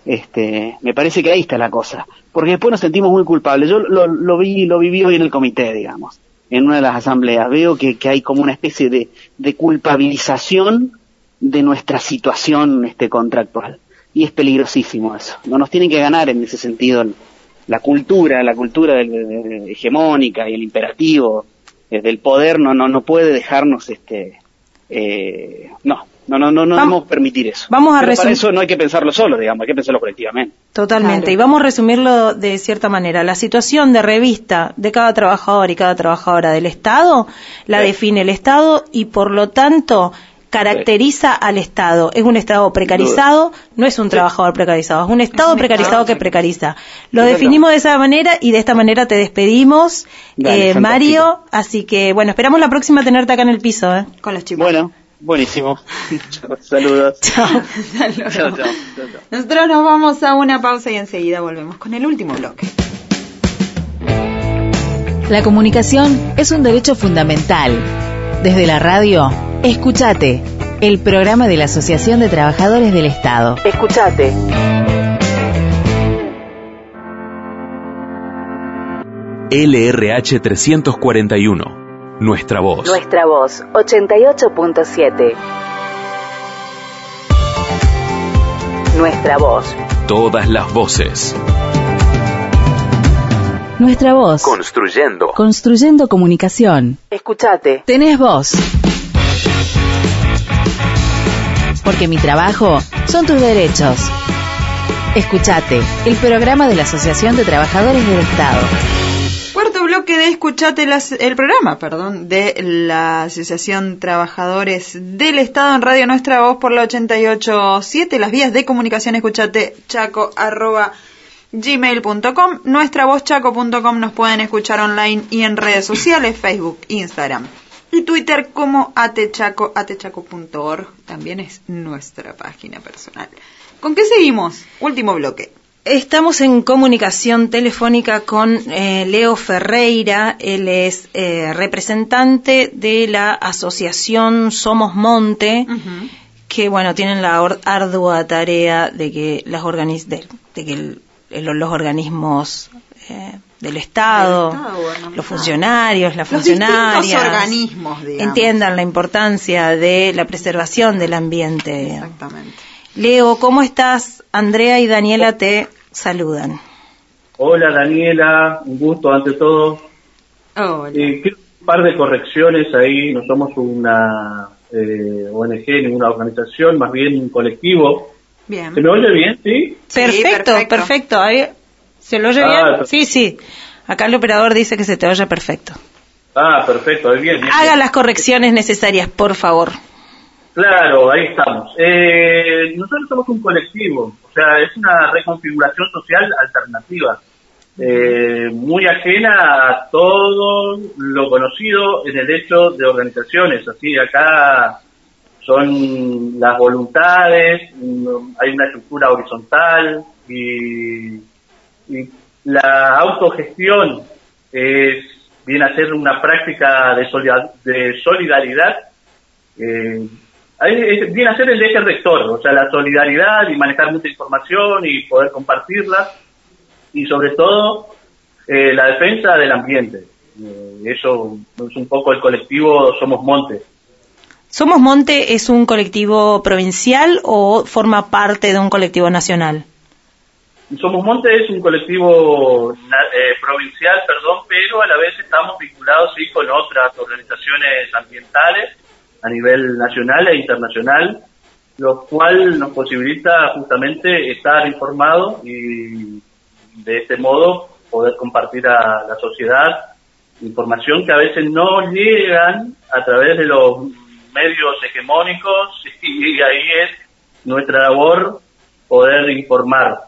Este, me parece que ahí está la cosa, porque después nos sentimos muy culpables. Yo lo, lo vi, lo viví hoy en el comité, digamos, en una de las asambleas. Veo que, que hay como una especie de, de culpabilización de nuestra situación este, contractual, y es peligrosísimo eso. No nos tienen que ganar en ese sentido la cultura, la cultura del, del, hegemónica y el imperativo eh, del poder no, no, no puede dejarnos, este, eh, no. No, no, no, no vamos, debemos permitir eso. Vamos a Pero resum- para eso no hay que pensarlo solo, digamos, hay que pensarlo colectivamente. Totalmente. Claro. Y vamos a resumirlo de cierta manera. La situación de revista de cada trabajador y cada trabajadora del Estado la sí. define el Estado y por lo tanto caracteriza sí. al Estado. Es un Estado precarizado, no es un sí. trabajador precarizado, es un Estado es un precarizado estado. que precariza. Lo es definimos verdad. de esa manera y de esta manera te despedimos, Dale, eh, Mario. Así que, bueno, esperamos la próxima tenerte acá en el piso, ¿eh? Con los chicos. Bueno. Buenísimo. Saludos. Chao. Saludos. Chao, chao, chao. Nosotros nos vamos a una pausa y enseguida volvemos con el último bloque. La comunicación es un derecho fundamental. Desde la radio, Escuchate, el programa de la Asociación de Trabajadores del Estado. Escuchate. L R H trescientos cuarenta y uno. Nuestra voz. Nuestra voz, ochenta y ocho punto siete. Nuestra voz. Todas las voces. Nuestra voz. Construyendo. Construyendo comunicación. Escuchate. Tenés voz. Porque mi trabajo son tus derechos. Escuchate, el programa de la Asociación de Trabajadores del Estado. Cuarto bloque de Escuchate, las, el programa, perdón, de la Asociación Trabajadores del Estado en Radio Nuestra Voz por la ochenta y ocho punto siete, las vías de comunicación escuchate chaco arroba gmail punto com, nuestravozchaco punto com, nos pueden escuchar online y en redes sociales, Facebook, Instagram y Twitter como atechaco, atechaco punto org, también es nuestra página personal. ¿Con qué seguimos? Último bloque. Estamos en comunicación telefónica con eh, Leo Ferreira. Él es eh, representante de la asociación Somos Monte, uh-huh. que bueno, tienen la or- ardua tarea de que las organiz- de, de que el, el, los organismos eh, del Estado, del Estado bueno, los funcionarios, las los funcionarias, organismos, digamos, entiendan la importancia de la preservación del ambiente. Exactamente. Leo, ¿cómo estás? Andrea y Daniela te saludan. Hola Daniela, un gusto ante todo. Hola. Eh, quiero un par de correcciones ahí, no somos una eh, O N G, ninguna organización, más bien un colectivo. Bien. ¿Se me oye bien? ¿Sí? Perfecto, sí, perfecto. Ahí, ¿se lo oye ah, bien? Perfecto. Sí, sí. Acá el operador dice que se te oye perfecto. Ah, perfecto, bien. bien Haga bien. las correcciones necesarias, por favor. Claro, ahí estamos. Eh, nosotros somos un colectivo, o sea, es una reconfiguración social alternativa, eh, muy ajena a todo lo conocido en el hecho de organizaciones. Así, acá son las voluntades, hay una estructura horizontal y, y la autogestión es, viene a ser una práctica de, solidar, de solidaridad. Eh, viene a ser el eje rector, o sea, la solidaridad y manejar mucha información y poder compartirla, y sobre todo eh, la defensa del ambiente. Eh, eso es un poco el colectivo Somos Monte. ¿Somos Monte es un colectivo provincial o forma parte de un colectivo nacional? Somos Monte es un colectivo eh, provincial, perdón, pero a la vez estamos vinculados sí con otras organizaciones ambientales a nivel nacional e internacional, lo cual nos posibilita justamente estar informados y de este modo poder compartir a la sociedad información que a veces no llegan a través de los medios hegemónicos, y ahí es nuestra labor poder informar.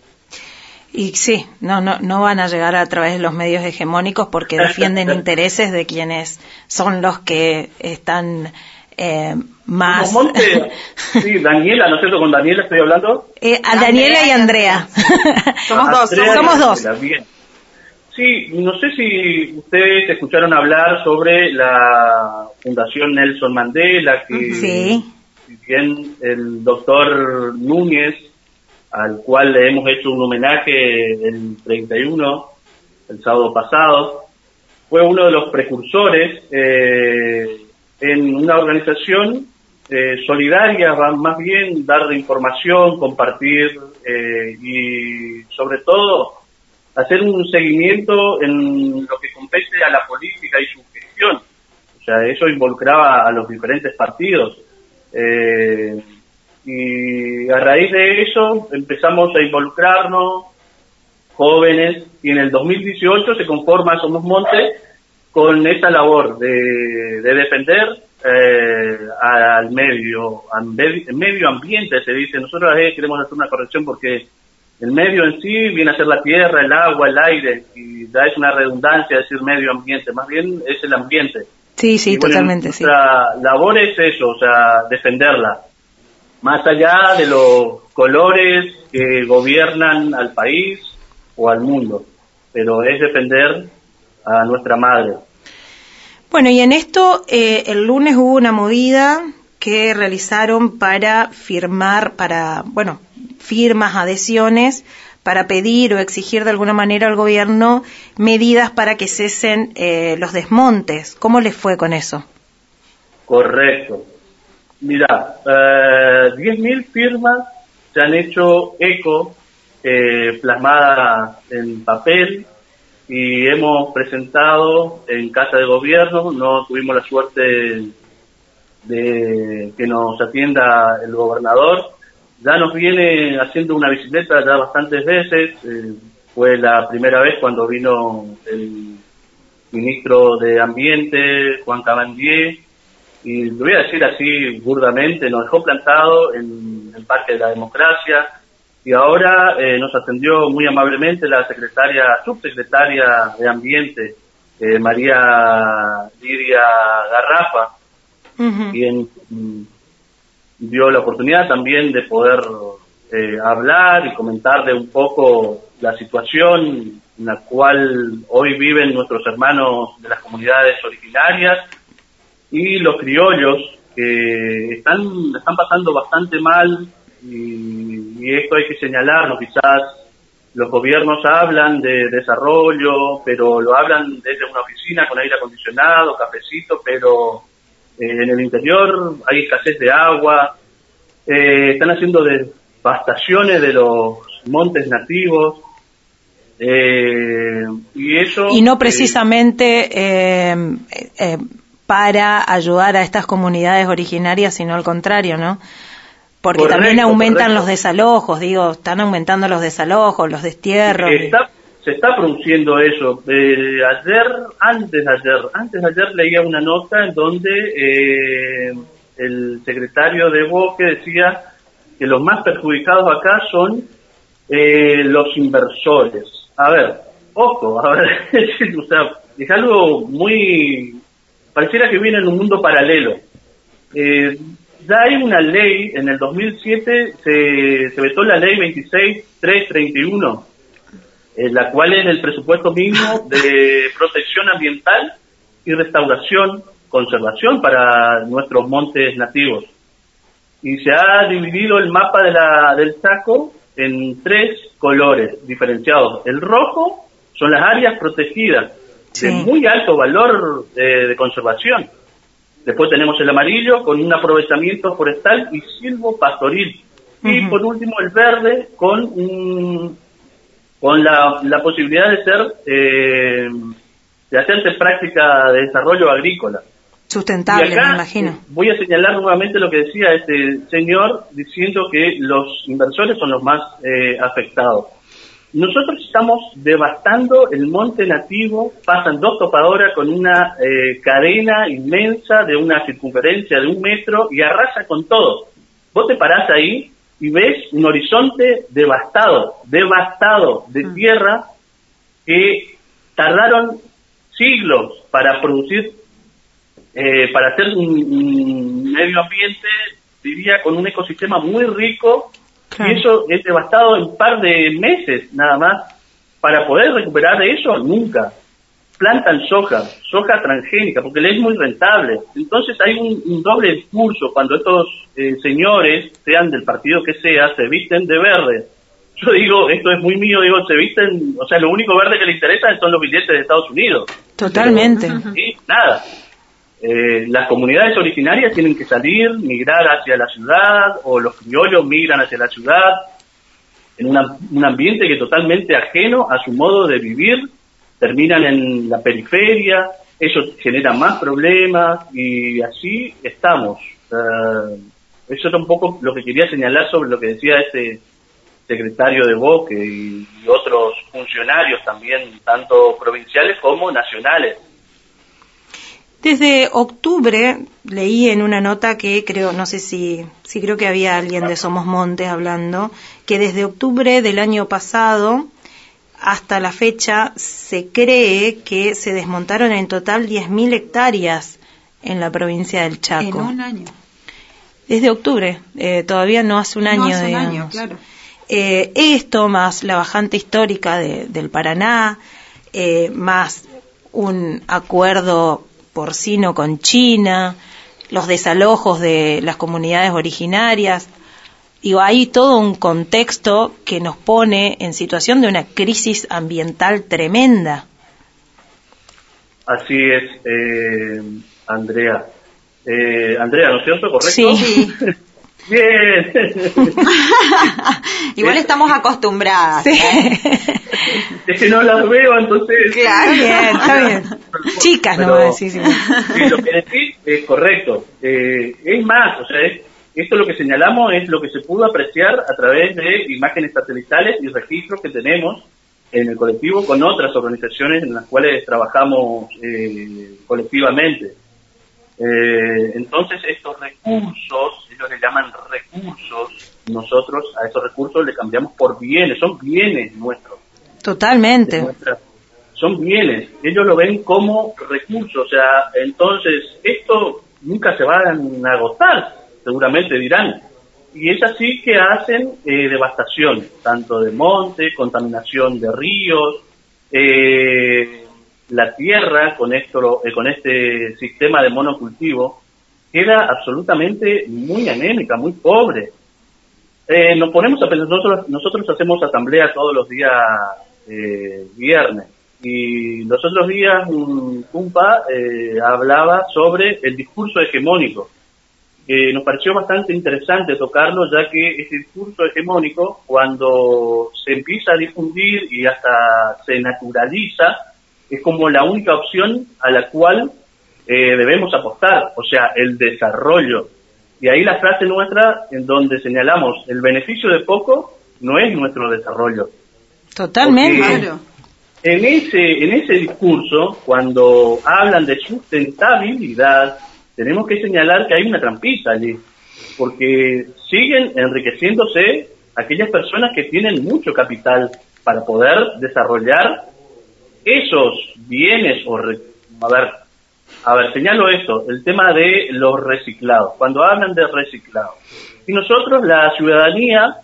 Y sí, no, no, no van a llegar a través de los medios hegemónicos porque defienden intereses de quienes son los que están eh, más... Monte, sí, Daniela, ¿no es cierto? Con Daniela estoy hablando. Eh, a Daniela y Andrea. somos dos, Andrea somos dos. Daniela, bien. Sí, no sé si ustedes escucharon hablar sobre la Fundación Nelson Mandela, que sí. si bien el doctor Núñez al cual le hemos hecho un homenaje el treinta y uno, el sábado pasado. Fue uno de los precursores eh, en una organización eh, solidaria, va más bien dar información, compartir eh, y sobre todo hacer un seguimiento en lo que compete a la política y su gestión. O sea, eso involucraba a los diferentes partidos. Eh, y a raíz de eso empezamos a involucrarnos, jóvenes, y en el dos mil dieciocho se conforma Somos Monte con esa labor de, de defender eh, al medio, al medio ambiente, se dice. Nosotros ahí queremos hacer una corrección porque el medio en sí viene a ser la tierra, el agua, el aire, y ya es una redundancia decir medio ambiente, más bien es el ambiente. Sí, sí, y bueno, totalmente, sí. Nuestra labor es eso, o sea, defenderla, más allá de los colores que gobiernan al país o al mundo, pero es defender a nuestra madre. Bueno, y en esto, eh, el lunes hubo una movida que realizaron para firmar, para, bueno, firmas, adhesiones, para pedir o exigir de alguna manera al gobierno medidas para que cesen eh, los desmontes. ¿Cómo les fue con eso? Correcto. Mira, eh, diez mil firmas se han hecho eco, eh, plasmadas en papel, y hemos presentado en Casa de Gobierno. No tuvimos la suerte de que nos atienda el gobernador. Ya nos viene haciendo una bicicleta ya bastantes veces. Eh, fue la primera vez cuando vino el ministro de Ambiente, Juan Cabandier, y lo voy a decir así burdamente, nos dejó plantado en el Parque de la Democracia, y ahora eh, nos atendió muy amablemente la secretaria, subsecretaria de Ambiente, eh, María Lidia Garrafa, uh-huh. quien mm, dio la oportunidad también de poder eh, hablar y comentarle un poco la situación en la cual hoy viven nuestros hermanos de las comunidades originarias y los criollos, que están, están pasando bastante mal, y, y esto hay que señalarlo. Quizás los gobiernos hablan de desarrollo, pero lo hablan desde una oficina con aire acondicionado, cafecito, pero eh, en el interior hay escasez de agua, eh, están haciendo devastaciones de los montes nativos, eh, y eso... Y no precisamente... Eh, eh, eh, para ayudar a estas comunidades originarias, sino al contrario, ¿no? Porque correcto, también aumentan correcto. los desalojos, digo, están aumentando los desalojos, los destierros. Está, se está produciendo eso. Eh, ayer, antes de ayer, antes de ayer leía una nota en donde eh, el secretario de Bosque decía que los más perjudicados acá son eh, los inversores. A ver, ojo, a ver, o sea, es algo muy... pareciera que viene en un mundo paralelo. Eh, ya hay una ley, en el dos mil siete se, se vetó la ley veintiséis mil trescientos treinta y uno, en la cual es el presupuesto mínimo de protección ambiental y restauración, conservación para nuestros montes nativos. Y se ha dividido el mapa de la, del Chaco en tres colores diferenciados. El rojo son las áreas protegidas, de sí. muy alto valor de, de conservación. Después tenemos el amarillo con un aprovechamiento forestal y silvopastoril. Uh-huh. Y por último el verde con un, con la, la posibilidad de ser eh, de hacerse práctica de desarrollo agrícola. Sustentable, acá, me imagino. Voy a señalar nuevamente lo que decía este señor, diciendo que los inversores son los más eh, afectados. Nosotros estamos devastando el monte nativo, pasan dos topadoras con una eh, cadena inmensa de una circunferencia de un metro y arrasa con todo. Vos te parás ahí y ves un horizonte devastado, devastado de tierra que tardaron siglos para producir, eh, para hacer un, un medio ambiente, diría, con un ecosistema muy rico. Claro. Y eso es devastado en un par de meses nada más. Para poder recuperar de eso, nunca. Plantan soja, soja transgénica, porque le es muy rentable. Entonces hay un, un doble discurso cuando estos eh, señores, sean del partido que sea, se visten de verde yo digo, esto es muy mío, digo, se visten, o sea, lo único verde que le interesa son los billetes de Estados Unidos. Totalmente. Pero, sí, nada. Eh, las comunidades originarias tienen que salir, migrar hacia la ciudad, o los criollos migran hacia la ciudad, en una, un ambiente que es totalmente ajeno a su modo de vivir, terminan en la periferia, eso genera más problemas, y así estamos. Uh, eso era un poco lo que quería señalar sobre lo que decía este secretario de Bosque y, y otros funcionarios también, tanto provinciales como nacionales. Desde octubre leí en una nota que creo, no sé si, si creo que había alguien de Somos Montes hablando, que desde octubre del año pasado hasta la fecha se cree que se desmontaron en total diez mil hectáreas en la provincia del Chaco. En un año. Desde octubre, eh, todavía no hace un año. No hace un digamos. año, claro. Eh, esto más la bajante histórica de, del Paraná, eh, más un acuerdo porcino con China, los desalojos de las comunidades originarias. Digo, hay todo un contexto que nos pone en situación de una crisis ambiental tremenda. Así es, eh, Andrea. Eh, Andrea, ¿no es cierto? ¿Correcto? Sí. Bien. Igual estamos acostumbradas. Sí. Es que no las veo, entonces... Claro, bien, está bien. Chicas, Pero, no voy a decir. Sí. Sí, lo que decís es correcto. Eh, es más, o sea, es, esto lo que señalamos es lo que se pudo apreciar a través de imágenes satelitales y registros que tenemos en el colectivo con otras organizaciones en las cuales trabajamos eh, colectivamente. Eh, entonces estos recursos, ellos le llaman recursos, nosotros a esos recursos le cambiamos por bienes, son bienes nuestros. Totalmente. Nuestra, son bienes, ellos lo ven como recursos, o sea, entonces esto nunca se va a agotar, seguramente dirán, y es así que hacen eh, devastación, tanto de monte, contaminación de ríos, eh, la tierra con esto, eh, con este sistema de monocultivo queda absolutamente muy anémica, muy pobre. Eh, nos ponemos a pensar, nosotros, nosotros hacemos asamblea todos los días eh, viernes, y los otros días un cumpa eh, hablaba sobre el discurso hegemónico. Eh, nos pareció bastante interesante tocarlo, ya que ese discurso hegemónico, cuando se empieza a difundir y hasta se naturaliza, es como la única opción a la cual eh, debemos apostar, o sea, el desarrollo. Y ahí la frase nuestra en donde señalamos, el beneficio de poco no es nuestro desarrollo. Totalmente. Claro. En ese, en ese discurso, cuando hablan de sustentabilidad, tenemos que señalar que hay una trampita allí, porque siguen enriqueciéndose aquellas personas que tienen mucho capital para poder desarrollar esos bienes o re, a ver, a ver, señalo esto, el tema de los reciclados. Cuando hablan de reciclado, y nosotros, la ciudadanía,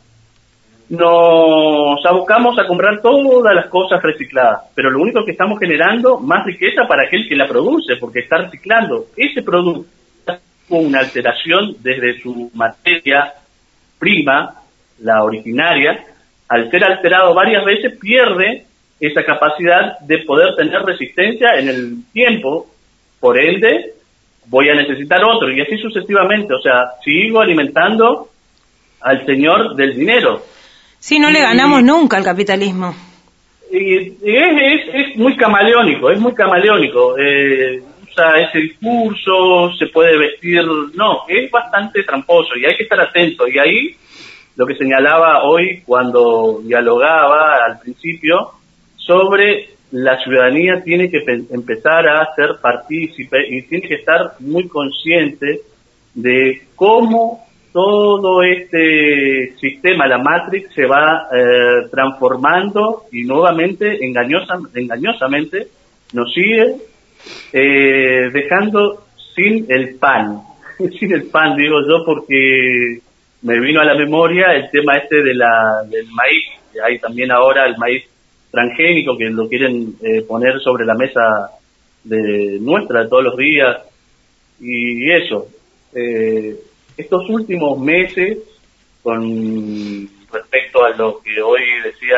nos abocamos a comprar todas las cosas recicladas, pero lo único que estamos generando más riqueza para aquel que la produce, porque está reciclando ese producto con una alteración desde su materia prima, la originaria. Al ser alterado varias veces pierde esa capacidad de poder tener resistencia en el tiempo, por ende voy a necesitar otro, y así sucesivamente, o sea, sigo alimentando al señor del dinero. Sí, no le ganamos y, nunca al capitalismo. Y, y es, es, es muy camaleónico, es muy camaleónico, eh, usa ese discurso, se puede vestir, no, es bastante tramposo y hay que estar atento, y ahí lo que señalaba hoy cuando dialogaba al principio, sobre la ciudadanía tiene que empezar a ser partícipe y tiene que estar muy consciente de cómo todo este sistema, la Matrix, se va eh, transformando y nuevamente, engañosa, engañosamente, nos sigue eh, dejando sin el pan. Sin el pan, digo yo, porque me vino a la memoria el tema este de la del maíz. Hay también ahora el maíz transgénico que lo quieren eh, poner sobre la mesa de nuestra de todos los días, y eso eh, estos últimos meses con respecto a lo que hoy decía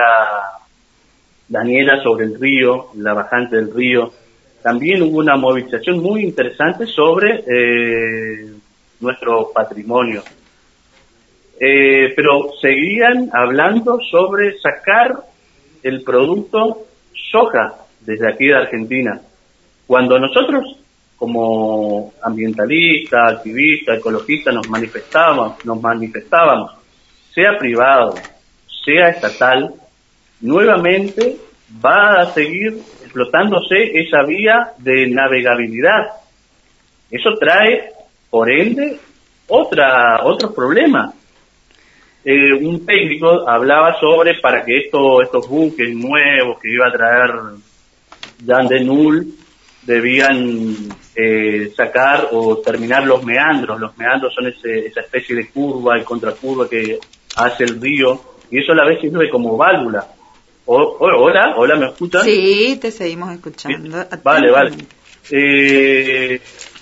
Daniela sobre el río, la bajante del río. También hubo una movilización muy interesante sobre eh, nuestro patrimonio. Eh, pero seguían hablando sobre sacar el producto soja desde aquí de Argentina. Cuando nosotros, como ambientalistas, activistas, ecologistas, nos manifestábamos, nos manifestábamos, sea privado, sea estatal, nuevamente va a seguir explotándose esa vía de navegabilidad. Eso trae, por ende, otra otros problemas. Eh, un técnico hablaba sobre para que esto, estos buques nuevos que iba a traer Jean de Null debían eh, sacar o terminar los meandros. Los meandros son ese, esa especie de curva y contracurva que hace el río, y eso a la vez sirve como válvula. O, o, hola, hola, ¿me escuchan? Sí, te seguimos escuchando. ¿Sí? Vale, vale. Eh,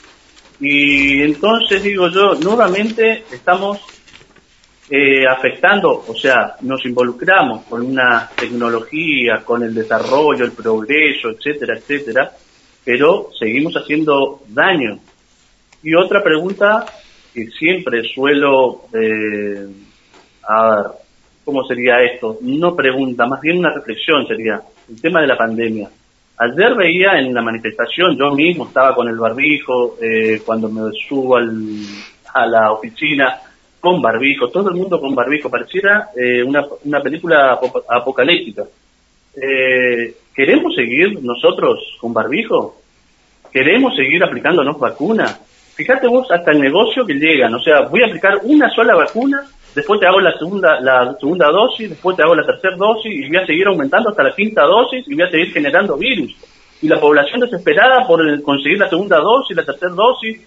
y entonces digo yo, nuevamente estamos eh, afectando, o sea, nos involucramos con una tecnología, con el desarrollo, el progreso, etcétera, etcétera, pero seguimos haciendo daño. Y otra pregunta que siempre suelo, eh, a ver, ¿cómo sería esto? No pregunta, más bien una reflexión sería, el tema de la pandemia. Ayer veía en la manifestación, yo mismo estaba con el barbijo, eh, cuando me subo al, a la oficina, con barbijo, todo el mundo con barbijo, pareciera eh, una, una película ap- apocalíptica. Eh, ¿Queremos seguir nosotros con barbijo? ¿Queremos seguir aplicándonos vacunas? Fíjate vos hasta el negocio que llegan, o sea, voy a aplicar una sola vacuna, después te hago la segunda la segunda dosis, después te hago la tercera dosis y voy a seguir aumentando hasta la quinta dosis y voy a seguir generando virus. Y la población desesperada por el, conseguir la segunda dosis, la tercera dosis.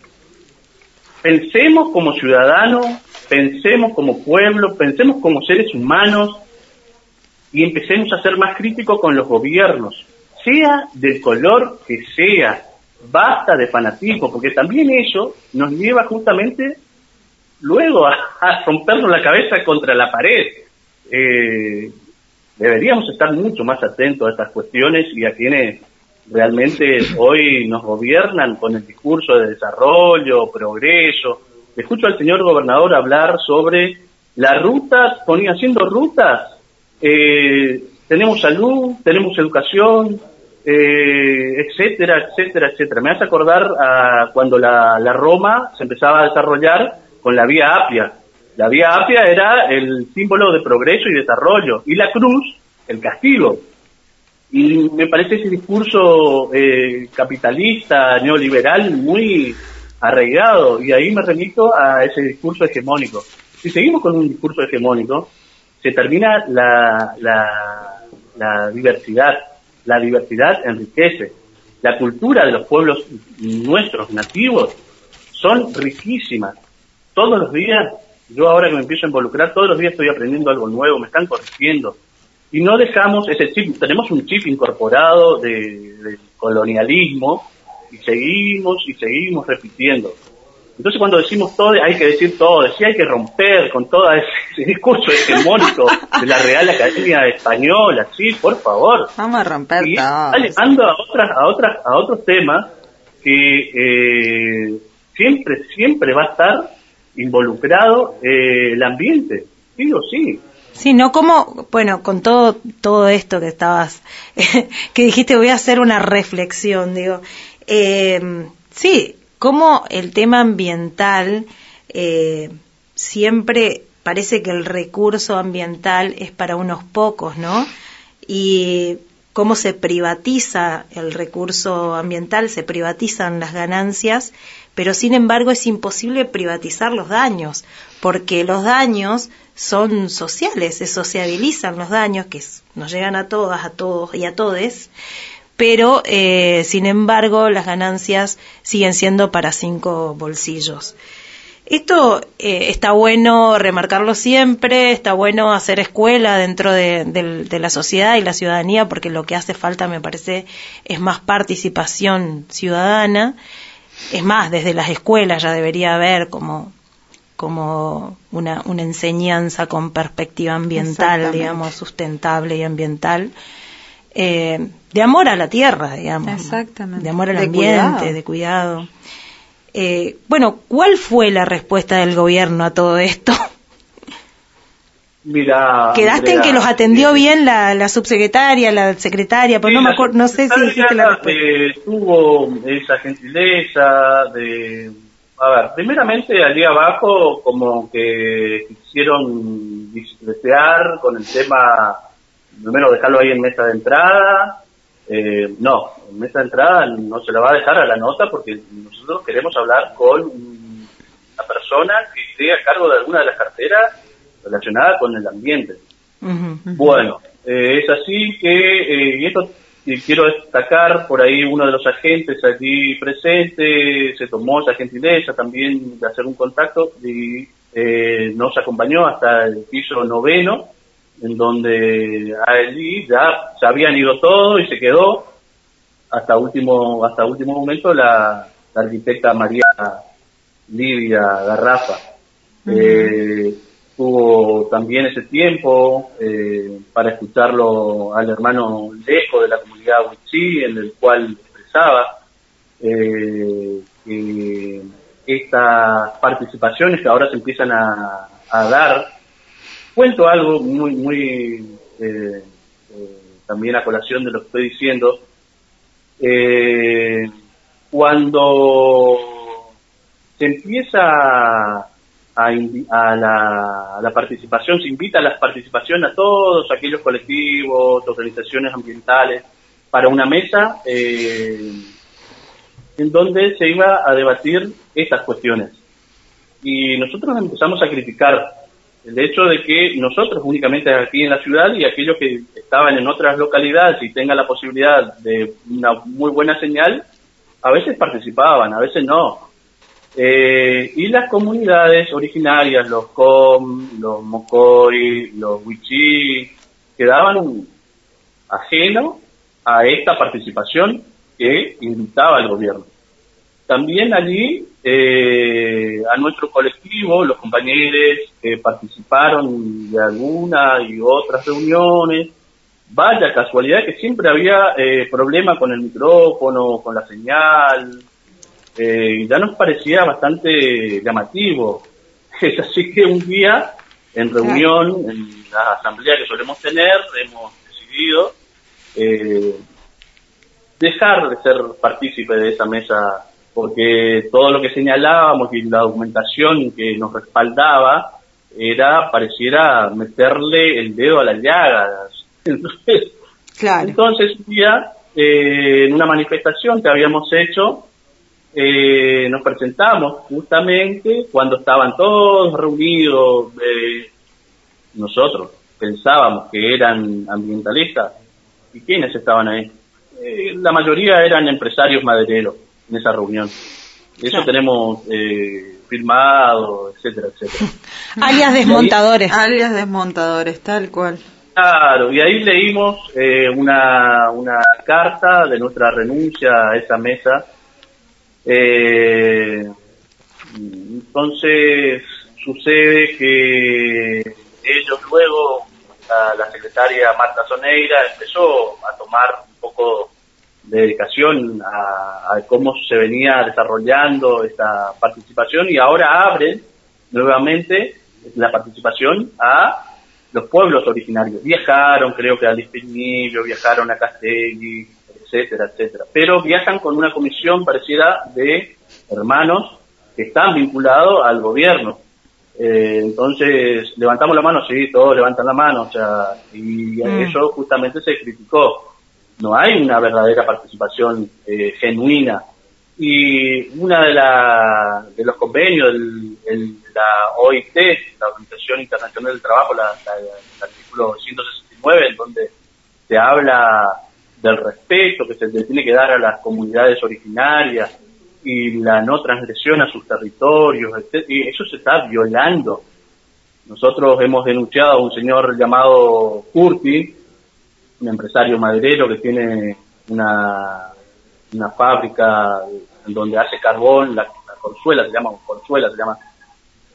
Pensemos como ciudadanos, pensemos como pueblo, pensemos como seres humanos y empecemos a ser más críticos con los gobiernos, sea del color que sea. Basta de fanatismo, porque también eso nos lleva justamente luego a, a rompernos la cabeza contra la pared. Eh, deberíamos estar mucho más atentos a estas cuestiones y a quienes realmente hoy nos gobiernan con el discurso de desarrollo, progreso. Escucho al señor gobernador hablar sobre las rutas, ponía haciendo rutas, eh, tenemos salud, tenemos educación, eh, etcétera, etcétera, etcétera. Me hace acordar a cuando la, la Roma se empezaba a desarrollar con la Vía Apia. La Vía Apia era el símbolo de progreso y desarrollo, y la cruz, el castigo. Y me parece ese discurso eh, capitalista, neoliberal, muy arraigado, y ahí me remito a ese discurso hegemónico. Si seguimos con un discurso hegemónico, se termina la, la, la diversidad. La diversidad enriquece. La cultura de los pueblos nuestros, nativos, son riquísimas. Todos los días, yo ahora que me empiezo a involucrar, todos los días estoy aprendiendo algo nuevo, me están corrigiendo. Y no dejamos ese chip, tenemos un chip incorporado de, de colonialismo, y seguimos y seguimos repitiendo. Entonces cuando decimos todo, hay que decir todo, sí hay que romper con todo ese, ese discurso hegemónico de la Real Academia Española, sí, por favor. Vamos a romper y todo. Está llevando a otras, a otras, a otros temas que eh, siempre, siempre va a estar involucrado eh, el ambiente, sí o sí. Sí, no como, bueno, con todo todo esto que estabas, que dijiste, voy a hacer una reflexión, digo, eh, sí, como el tema ambiental eh, siempre parece que el recurso ambiental es para unos pocos, ¿no? Y cómo se privatiza el recurso ambiental, se privatizan las ganancias, pero sin embargo es imposible privatizar los daños, porque los daños son sociales, se sociabilizan los daños que nos llegan a todas, a todos y a todes, pero eh, sin embargo las ganancias siguen siendo para cinco bolsillos. Esto eh, está bueno remarcarlo siempre, está bueno hacer escuela dentro de, de, de la sociedad y la ciudadanía, porque lo que hace falta, me parece, es más participación ciudadana. Es más, desde las escuelas ya debería haber como como una, una enseñanza con perspectiva ambiental, digamos, sustentable y ambiental, eh, de amor a la tierra, digamos. Exactamente. De amor al De ambiente, cuidado. de cuidado. Eh, bueno, ¿cuál fue la respuesta del gobierno a todo esto? Mira, Quedaste Andrea, en que los atendió eh, bien la, la subsecretaria, la secretaria, pero sí, no me la acuerdo, no sé si dijiste la respuesta. eh, tuvo esa gentileza de, a ver, primeramente allí abajo como que quisieron bicicletear con el tema, primero dejarlo ahí en mesa de entrada, eh, no, en mesa de entrada no se la va a dejar a la nota porque nosotros queremos hablar con una persona que esté a cargo de alguna de las carteras relacionada con el ambiente. Uh-huh. Bueno, eh, es así que, eh, y esto y quiero destacar por ahí uno de los agentes allí presente, se tomó esa gentileza también de hacer un contacto y eh, nos acompañó hasta el piso noveno, en donde allí ya se habían ido todos y se quedó hasta último, hasta último momento la, la arquitecta María Livia Garrafa. Uh-huh. Eh, Tuvo también ese tiempo eh, para escucharlo al hermano Lejo de la comunidad Huichí, en el cual expresaba eh, que estas participaciones que ahora se empiezan a, a dar. Cuento algo muy, muy eh, eh, también a colación de lo que estoy diciendo. Eh, cuando se empieza A, a, la, a la participación, se invita a la participación a todos aquellos colectivos, organizaciones ambientales, para una mesa eh, en donde se iba a debatir estas cuestiones. Y nosotros empezamos a criticar el hecho de que nosotros únicamente aquí en la ciudad y aquellos que estaban en otras localidades y tengan la posibilidad de una muy buena señal, a veces participaban, a veces no. Eh, y las comunidades originarias, los Com, los Mocoy, los Huichí, quedaban ajenos a esta participación que invitaba al gobierno. También allí, eh, a nuestro colectivo, los compañeros que participaron de alguna y otras reuniones, vaya casualidad que siempre había eh, problema con el micrófono, con la señal. Eh, ya nos parecía bastante llamativo. Es así que un día, en reunión, en la asamblea que solemos tener, hemos decidido eh, dejar de ser partícipe de esa mesa, porque todo lo que señalábamos y la documentación que nos respaldaba era, pareciera meterle el dedo a las llagas. Entonces, claro. entonces un día, eh, en una manifestación que habíamos hecho, Eh, nos presentamos justamente cuando estaban todos reunidos. Eh, nosotros pensábamos que eran ambientalistas. ¿Y quiénes estaban ahí? Eh, la mayoría eran empresarios madereros en esa reunión. Eso claro. tenemos eh, firmado, etcétera, etcétera. Alias desmontadores. Ahí, alias desmontadores, tal cual. Claro, y ahí leímos eh, una, una carta de nuestra renuncia a esa mesa. Eh, entonces sucede que ellos luego, la, la secretaria Marta Soneira empezó a tomar un poco de dedicación a, a cómo se venía desarrollando esta participación y ahora abren nuevamente la participación a los pueblos originarios. Viajaron, creo que a Lispinillo, viajaron a Castelli, etcétera, etcétera. Pero viajan con una comisión pareciera de hermanos que están vinculados al gobierno. Eh, entonces, levantamos la mano, sí, todos levantan la mano, o sea, y mm. eso justamente se criticó. No hay una verdadera participación eh, genuina. Y una de, la, de los convenios, el, el, la O I T, la Organización Internacional del Trabajo, la, la, el artículo ciento sesenta y nueve, en donde se habla del respeto que se le tiene que dar a las comunidades originarias y la no transgresión a sus territorios, etcétera, y eso se está violando. Nosotros hemos denunciado a un señor llamado Curti, un empresario maderero que tiene una, una fábrica en donde hace carbón, la, la Corzuela se llama, Corzuela se llama,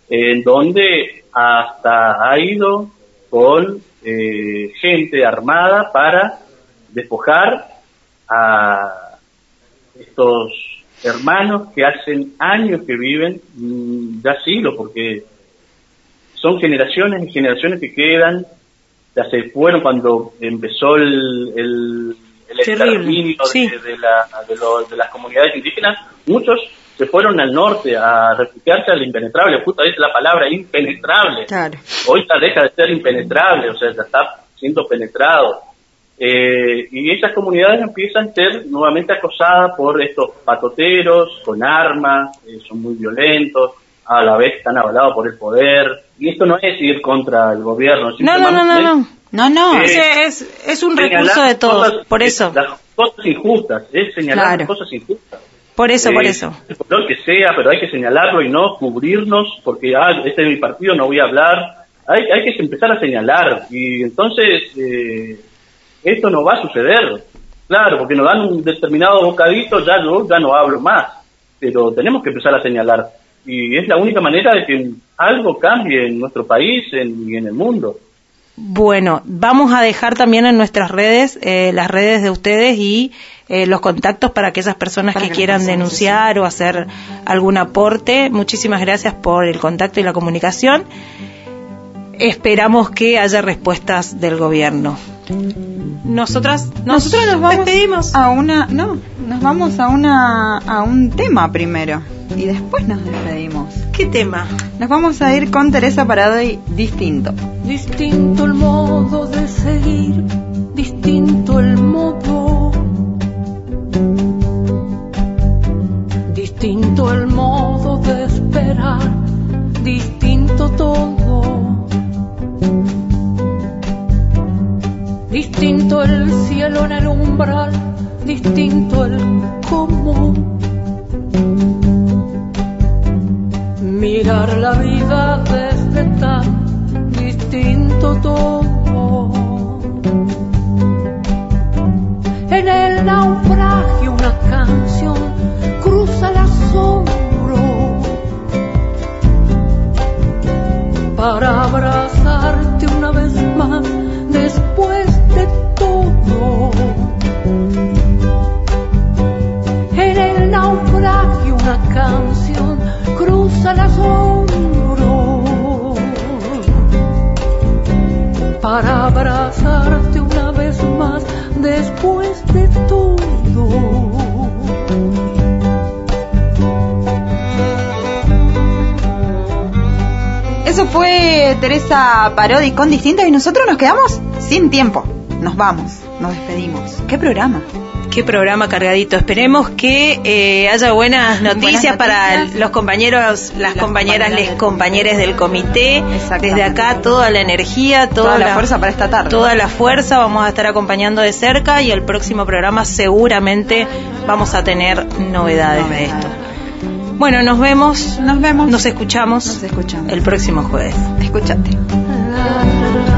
en donde hasta ha ido con eh, gente armada para despojar a estos hermanos que hacen años que viven, ya siglos, porque son generaciones y generaciones que quedan, ya se fueron cuando empezó el, el, el exterminio sí. de, de, la, de, lo, de las comunidades indígenas. Muchos se fueron al norte a refugiarse al impenetrable, justo ahí es la palabra impenetrable. Claro. Hoy ya deja de ser impenetrable, o sea, ya está siendo penetrado. Eh, y esas comunidades empiezan a ser nuevamente acosadas por estos patoteros con armas, eh, son muy violentos, a la vez están avalados por el poder. Y esto no es ir contra el gobierno. No, no, no, no, no, no, no. Es, es, es un recurso de todos, cosas, por eso. Las cosas injustas, es señalar claro. las cosas injustas. Por eso, eh, por eso. Lo que sea, pero hay que señalarlo y no cubrirnos porque, ah, este es mi partido, no voy a hablar. Hay, hay que empezar a señalar y entonces eh, esto no va a suceder. Claro, porque nos dan un determinado bocadito, ya yo ya no hablo más. Pero tenemos que empezar a señalar. Y es la única manera de que algo cambie en nuestro país en, y en el mundo. Bueno, vamos a dejar también en nuestras redes, eh, las redes de ustedes y eh, los contactos para aquellas personas para que, que quieran denunciar sí. o hacer algún aporte. Muchísimas gracias por el contacto y la comunicación. Esperamos que haya respuestas del gobierno. Nosotras nos nosotros nos vamos despedimos a una no nos vamos a una a un tema primero y después nos despedimos. ¿Qué tema? Nos vamos a ir con Teresa Parado y Distinto. Distinto el modo de seguir, distinto el modo, distinto el modo de esperar, distinto todo. Distinto el cielo en el umbral, distinto el cómo. Mirar la vida desde tan distinto todo. En el naufragio una canción cruza el asombro para abrazarte una vez más después de todo. En el naufragio una canción cruza el asombro para abrazarte una vez más después de todo. Eso fue Teresa Parodi con Distinto y nosotros nos quedamos sin tiempo. Nos vamos, nos despedimos. ¿Qué programa? Qué programa cargadito. Esperemos que eh, haya buenas noticias, buenas noticias para los compañeros, las, las compañeras, les compañeros del comité. Desde acá toda la energía, toda, toda la, la fuerza para esta tarde. Toda la fuerza, vamos a estar acompañando de cerca y el próximo programa seguramente vamos a tener novedades, novedades. de esto. Bueno, nos vemos, nos vemos, nos escuchamos, nos escuchamos el próximo jueves. Escúchate. La, la, la.